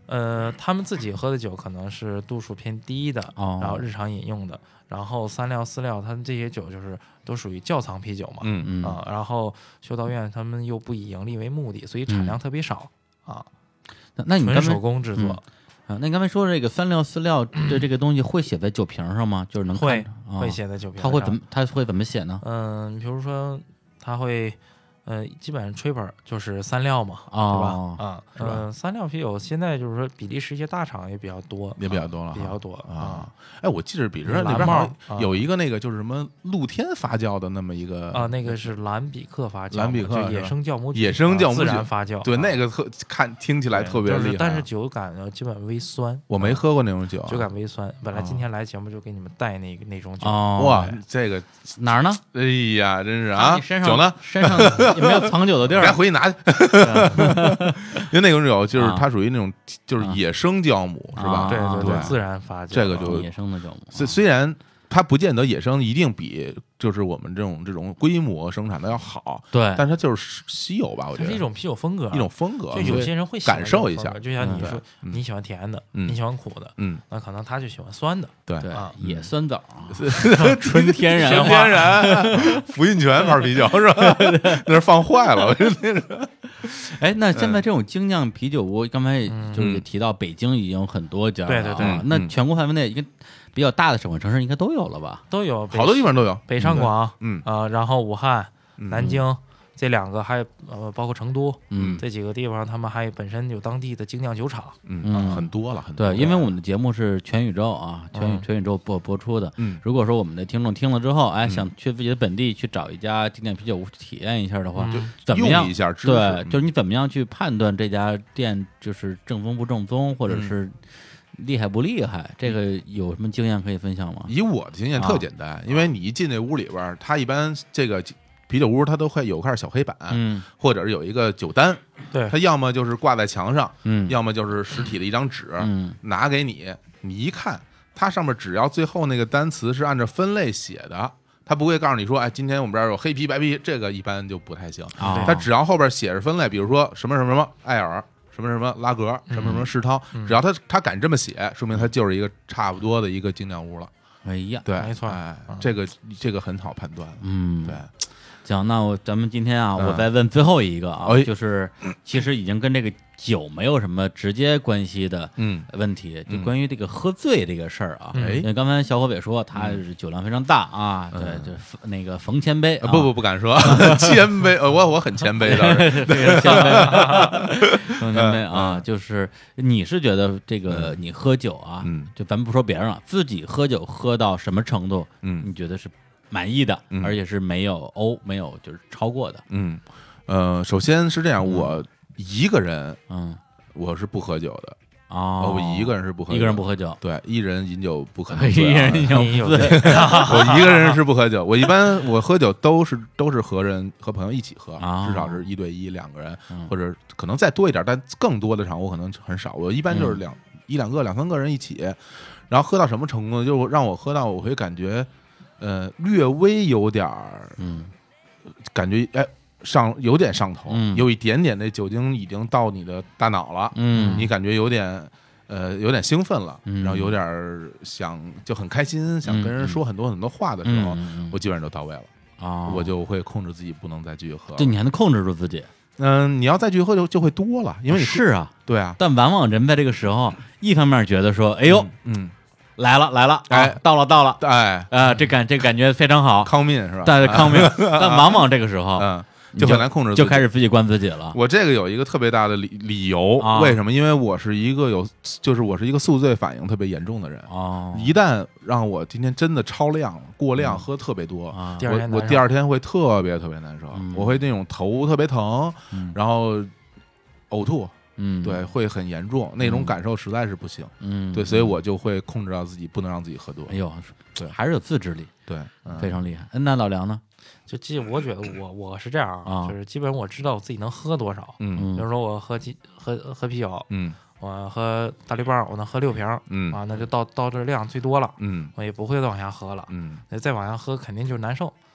呃，他们自己喝的酒可能是度数偏低的， 哦然后日常饮用的，然后三料四料，他们这些酒就是都属于窖藏啤酒嘛， 嗯嗯啊，然后修道院他们又不以盈利为目的，所以产量特别少、啊， 那那你刚才纯手工制作。 嗯啊，那你刚才说这个三料四料的这个东西会写在酒瓶上吗？就是能看会着啊会写在酒瓶上。 他会怎么他会怎么写呢？ 嗯，比如说他会，呃，基本上吹本就是三料嘛， 哦对吧？啊， 是吧嗯，三料啤酒现在就是说比利时一些大厂也比较多， 也比较多了哈， 比较多啊。哎，我记着比利时蓝那边好帽像有一个那个就是什么露天发酵的那么一个啊，那个是蓝比克发酵嘛， 蓝比克就是野生酵母酒， 野生酵母啊自酒然发酵， 对， 啊那个特看听起来对特别厉害， 就是但是酒感呢基本微酸， 我没喝过那种酒啊， 酒感微酸。本来哦今天来节目就给你们带那个那种酒， 哦， 哇，这个哪儿呢？ 哎呀，真是啊， 你身上酒呢？ 身上有没有藏酒的地儿？ 赶紧回去拿去，因为那种酒就是啊它属于那种就是野生酵母是吧？ 啊对对对自然发酵， 这个就野生的酒嘛， 虽虽然它不见得野生一定比就是我们这种这种规模生产的要好， 对， 但是它就是稀有吧，我觉得它是一种啤酒风格， 一种风格， 就有些人会喜欢感受一下这种风格就像你嗯说对你喜欢甜的， 嗯你喜欢苦的， 嗯， 那可能他就喜欢酸的。 对对啊野酸枣啊，纯天然纯化天然福印泉牌啤酒是吧？那是放坏了，我觉得那是哎，那现在这种精酿啤酒屋，刚才就是也提到北京已经有很多家了啊， 对对对嗯嗯那全国范围内一个比较大的省会城市应该都有了吧？ 都有北好多地方都有北上广， 嗯呃，然后武汉、 嗯南京这两个，还有呃，包括成都嗯这几个地方，他们还本身有当地的精酿酒厂。 嗯嗯很多了，很多了。 对，因为我们的节目是全宇宙啊，全宇嗯全宇宙播播出的。 嗯如果说我们的听众听了之后，哎， 嗯想去自己的本地去找一家精酿啤酒屋体验一下的话， 嗯怎么样用一下知识， 对， 嗯就是你怎么样去判断这家店就是正宗不正宗，或者嗯是厉害不厉害？这个有什么经验可以分享吗？ 以我的经验特简单，因为你一进那屋里边儿，它一般这个啤酒屋它都会有块小黑板， 嗯或者是有一个酒单， 对它要么就是挂在墙上， 嗯， 要么就是实体的一张纸， 嗯拿给你，你一看，它上面只要最后那个单词是按照分类写的，它不会告诉你说，哎，今天我们这儿有黑啤、白啤，这个一般就不太行。 啊， 它只要后边写着分类，比如说什么什么什么艾尔。什么什么拉格，什么什么世涛，只要他他敢这么写，说明他就是一个差不多的一个精酿屋了。 哎呀， 对， 没错哎嗯， 这个这个很好判断。 嗯， 对， 行，那我咱们今天啊， 嗯我再问最后一个啊， 哎就是其实已经跟这个酒没有什么直接关系的嗯问题，就嗯关于这个喝醉这个事儿啊。 嗯因为刚才小伙伟说他是酒量非常大啊，对， 嗯就是那个冯千杯啊， 啊不不不敢说谦卑，呃我我很谦卑的。 非常谦卑，冯千杯啊，就是你是觉得这个你喝酒啊， 嗯就咱们不说别人了，自己喝酒喝到什么程度， 嗯你觉得是满意的， 嗯而且是没有欧没有就是超过的， 嗯，呃，首先是这样，我一个人嗯， 我是不喝酒的， 哦， 我一个人是不喝酒的， 一个人不喝酒， 对，一人饮酒不可能一醉啊。 人有你有醉， 我一个人是不喝酒，我一般我喝酒都是都是和人和朋友一起喝， 啊至少是一对一两个人， 嗯或者可能再多一点，但更多的场合可能很少。我一般就是两、一两个、两三个人一起，然后喝到什么程度呢？就是让我喝到我会感觉，呃，略微有点儿嗯感觉，哎，上有点上头， 嗯有一点点那酒精已经到你的大脑了， 嗯， 你感觉有点。呃，有点兴奋了， 嗯然后有点儿想就很开心，想跟人说很多很多话的时候， 嗯嗯我基本上都到位了， 啊， 我就会控制自己不能再继续喝。 就你还能控制住自己， 嗯，你要再继续喝就就会多了，因为你是啊， 对啊， 但往往人在这个时候，一方面觉得说，哎呦， 嗯， 来了来了，啊哎到了到了， 嗯哎， 啊，这感这感觉非常好， 康命是吧？ 但是康明，但往往这个时候， 嗯， 你就很难控制自己， 就开始自己关自己了， 我这个有一个特别大的理理由， 啊为什么？因为我是一个有，就是我是一个宿醉反应特别严重的人。 哦， 一旦让我今天真的超量了、过量，喝特别多， 啊第二天难受我我第二天会特别特别难受， 嗯我会那种头特别疼， 嗯然后呕吐， 嗯， 对，会很严重，那种嗯感受实在是不行。 嗯， 对，所以我就会控制到自己，不能让自己喝多哎。呦， 对还是有自制力， 对，嗯非常厉害。那老梁呢？ 就基我觉得我我是这样啊就是基本上我知道我自己能喝多少。 嗯比如说我喝鸡喝喝啤酒， 嗯我喝大绿棒，我能喝六瓶儿嗯啊，那就到到这量最多了， 嗯我也不会再往下喝了。 嗯那再往下喝肯定就是难受。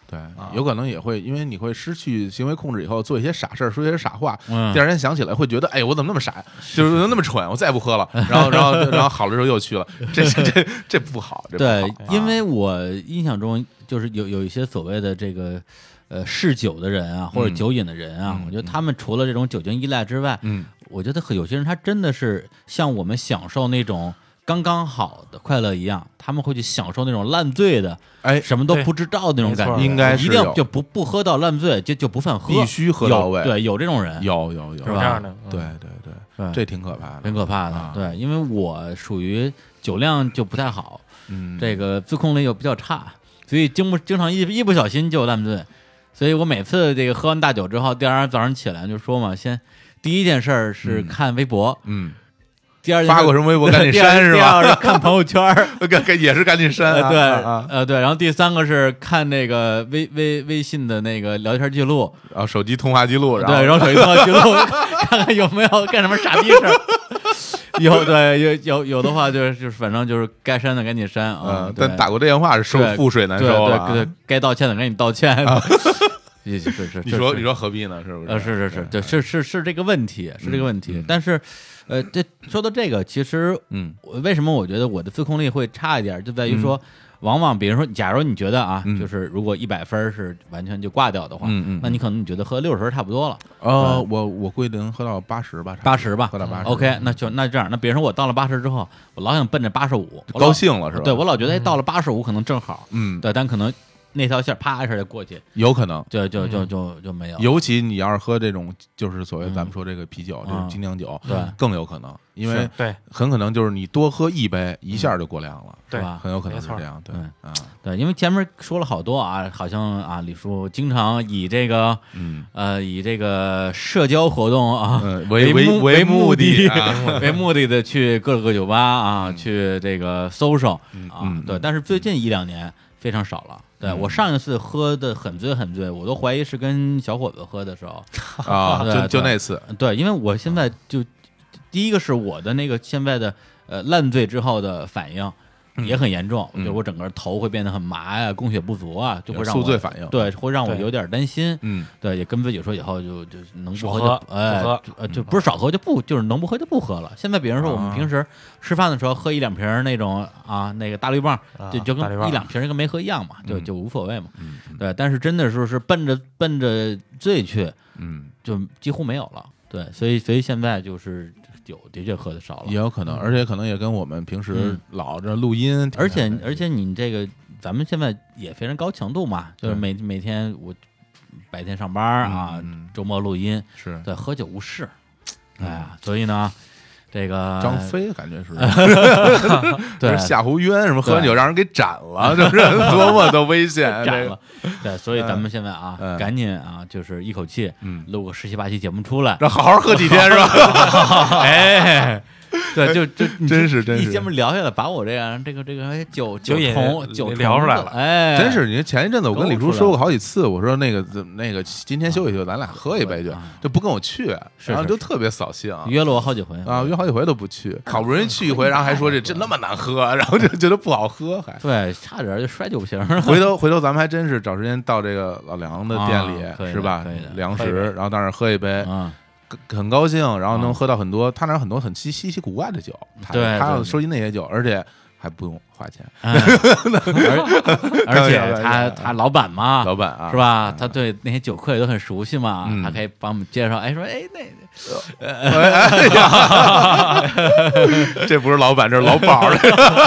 对，有可能也会因为你会失去行为控制以后，做一些傻事儿，说一些傻话， 嗯第二天想起来会觉得，哎，我怎么那么傻，就是那么蠢，我再也不喝了。然后，然后，然后好了之后又去了，这这这这不好。这不好对， 啊因为我印象中就是有有一些所谓的这个呃嗜酒的人啊，或者嗯酒瘾的人啊， 嗯我觉得他们除了这种酒精依赖之外， 嗯， 我觉得有些人他真的是像我们享受那种刚刚好的快乐一样，他们会去享受那种烂醉的， 哎， 什么都不知道的那种感觉， 没错应该是一定有就不不喝到烂醉，就就不算喝， 必须喝到位有对，有这种人， 有有有是吧这样的，嗯对对对， 对这挺可怕的， 挺可怕的。 啊对，因为我属于酒量就不太好， 嗯， 这个自控力又比较差，所以经不经常一一不小心就烂醉。所以我每次这个喝完大酒之后，第二天早上起来就说嘛，先第一件事儿是看微博， 嗯， 第二件事发过什么微博赶紧第二删是吧？ 第二是看朋友圈儿， 赶赶也是赶紧删啊， 呃对啊啊， 呃对，然后第三个是看那个微微微信的那个聊天记录， 然后手机通话记录，然后对，然后手机通话记录看看有没有干什么傻逼事儿。有对有有有的话就是就是反正就是该删的赶紧删啊嗯，， 对但打过电话是收对覆水难对收了啊。 对对，该道歉的赶紧道歉。是是是，是你说你说何必呢？是不是？ 呃是是是，对是是是这个问题，是这个问题嗯。 但是，呃，这说到这个，其实嗯我为什么我觉得我的自控力会差一点，就在于说，往往比如说，假如你觉得啊， 嗯就是如果一百分是完全就挂掉的话， 嗯嗯那你可能你觉得喝六十分差不多了。 呃，我我规定喝到八十吧，差不多八十吧喝到八十。 OK，那就那这样，那比如说我到了八十之后，我老想奔着八十五， 高兴了是吧？ 对我老觉得哎到了八十五可能正好， 嗯， 对，但可能那条线啪一下就过去， 有可能。 就就就就就没有。 尤其你要是喝这种，就是所谓咱们说这个啤酒，这种精酿酒， 对更有可能，因为是对很可能就是你多喝一杯，一下就过量了， 对是吧很有可能是没错这样。对对啊， 对，因为前面说了好多啊，好像啊，李叔经常以这个嗯呃以这个社交活动啊嗯，为为目为目的的啊， 为目的的去各个酒吧啊，去这个搜搜啊嗯， 对，但是最近一两年非常少了。对嗯我上一次喝的很醉很醉，我都怀疑是跟小伙子喝的时候。 啊， 对就就对那次， 对，因为我现在就第一个是我的那个现在的呃烂醉之后的反应也很严重， 嗯就是我整个头会变得很麻呀，供血不足啊，就会让我宿醉反应对，会让我对有点担心。 嗯对，也跟自己说以后就就能不喝少喝就哎不喝就呃就不是少喝就不就是能不喝就不喝了。现在比如说我们啊平时吃饭的时候喝一两瓶儿那种啊那个大绿棒， 啊就就大绿棒跟一两瓶儿跟没喝一样嘛，就嗯就无所谓嘛。 嗯对，但是真的说是奔着奔着醉去， 嗯， 就几乎没有了。对，所以所以现在就是酒的确喝的少了也，有可能，而且可能也跟我们平时嗯老这录音， 而且而且你这个咱们现在也非常高强度嘛，就是对每每天我白天上班啊， 嗯周末录音， 是对，喝酒无事，哎呀，所以呢，这个张飞感觉是对就是夏侯渊什么喝完对酒让人给斩了，就是多么的危险， 斩这个了，对，所以咱们现在啊， 嗯赶紧啊，就是一口气嗯录个十七八期节目出来， 让好好喝几天是吧？ 哎，对，就就你真是真是一节目聊下来，把我这样这个这个哎酒酒瘾桶酒聊出来了桶子哎， 真是，你前一阵子我跟李叔勾出来说过好几次，我说那个怎么那个今天休息休息，咱俩喝一杯去啊， 就不跟我去， 是然后就特别扫兴啊。 约了我好几回啊，约好几回都不去，好不容易去一回，然后还说这真那么难喝，然后就觉得不好喝，还对，差点就摔酒瓶儿。 回头回头咱们还真是找时间到这个老梁的店里啊可以的是吧可以的？ 粮喝一杯食，然后到那儿喝一杯， 啊， 很高兴，然后能啊喝到很多，他那儿很多很稀稀奇古怪的酒，他对对对他要收集那些酒，而且还不用花钱， 哎而而且开玩笑他他老板嘛， 老板啊， 是吧？他对那些酒客也都很熟悉嘛， 嗯他可以帮我们介绍。哎，说哎那哎呀，这不是老板，这是老鸨儿。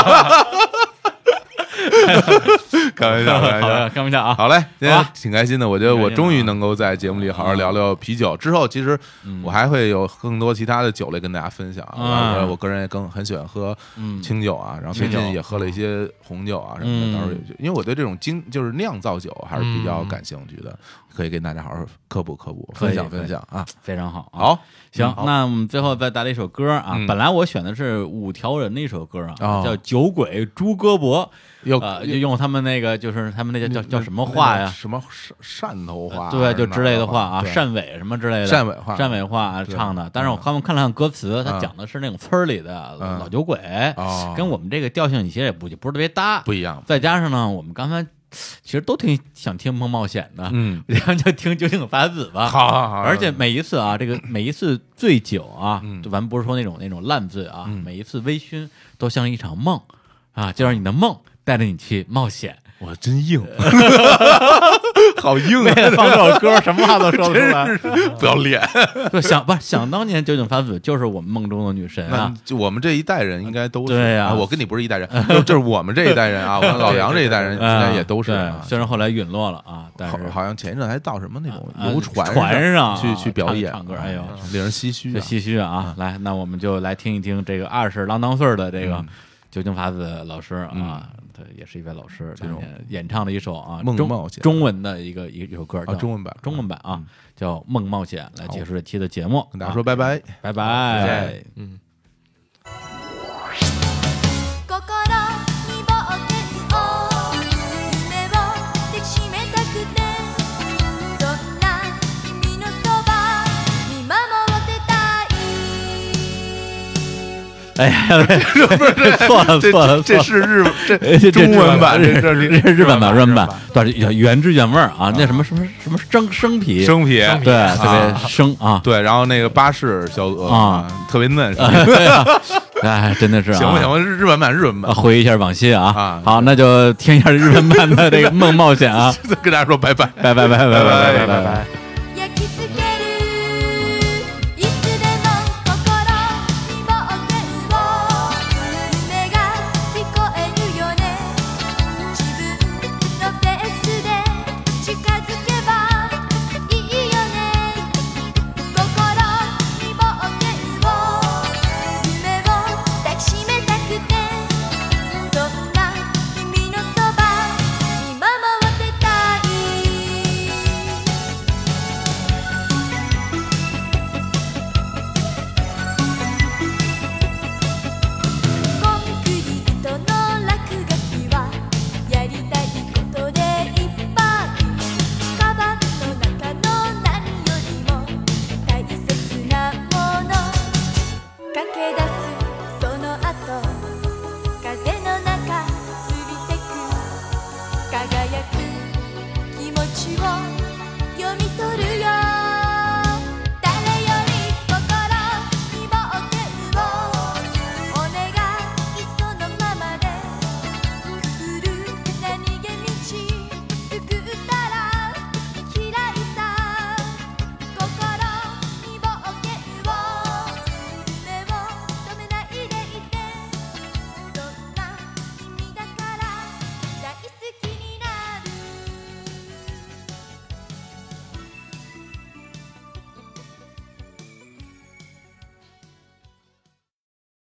开玩笑，开玩好笑。 的，开玩笑啊。 好嘞，今天好吧挺开心的。我觉得我挺开心的终于能够在节目里好好聊聊啤酒。之后其实嗯我还会有更多其他的酒类跟大家分享。 嗯我我个人也更很喜欢喝嗯清酒啊，然后最清酒近也喝了一些红酒啊什么嗯的。到时候也因为我对这种精就是酿造酒还是比较嗯感兴趣的，可以跟大家好好科普科普， 可以分享可以分享啊。 非常好啊。 好， 行， 好那我们最后再带来一首歌啊。 嗯本来我选的是五条人的一首歌啊， 哦叫《酒鬼朱哥伯》， 又呃，就用他们那个就是他们那叫叫叫什么话呀？ 什么汕汕头话？ 对，就之类的话啊， 对汕尾什么之类的， 汕尾话汕尾话对唱的。但是我嗯他们看了看歌词，他嗯讲的是那种村儿里的嗯老酒鬼， 哦， 跟我们这个调性其实也不也不是特别搭。 不一样。 再加上呢，我们刚才其实都挺想听梦冒险的， 嗯， 然后就听酒井法子吧。 好好好， 而且每一次啊，这个每一次醉酒啊， 嗯就咱不是说那种那种烂醉啊， 嗯每一次微醺都像一场梦啊，就让你的梦带着你去冒险。 哇，真硬，好硬啊！ 放这首歌，什么话都说不出来。 不要脸。 就想不是想当年酒井法子就是我们梦中的女神啊那，就我们这一代人应该都是对呀啊我跟你不是一代人，就就是我们这一代人啊，我们老杨这一代人应该也都是对啊。 虽然后来陨落了啊，但是好好像前一阵还到什么那种啊游船船上去去表演唱唱歌哎呦令人唏嘘啊。 这唏嘘啊！来，那我们就来听一听这个二十郎当岁儿的这个嗯酒井法子老师啊嗯， 他也是一位老师， 这种当年演唱的一首啊中梦冒险中文的一个一一首歌， 啊， 叫中文版， 中文版啊嗯， 叫《梦冒险》，来结束这期的节目， 跟大家说拜拜。 啊拜拜。 嗯。 心に冒険を夢を抱きしめたくてそんな君のそば見守ってたい哎呀，不是错了这错了， 这这是日这这中文版， 这这这是日本版，日本版版， 对，原汁原味儿啊，那什么什么什么生生皮， 生皮， 对，特别生啊， 对，然后那个巴士小鹅啊， 特别嫩，是吧对啊，哎，真的是啊行不行？日日本版，日本啊版， 回忆一下往昔啊啊， 好，那就听一下日本版的这个《梦冒险》啊， 跟大家说拜拜。 拜拜拜拜拜拜拜拜拜。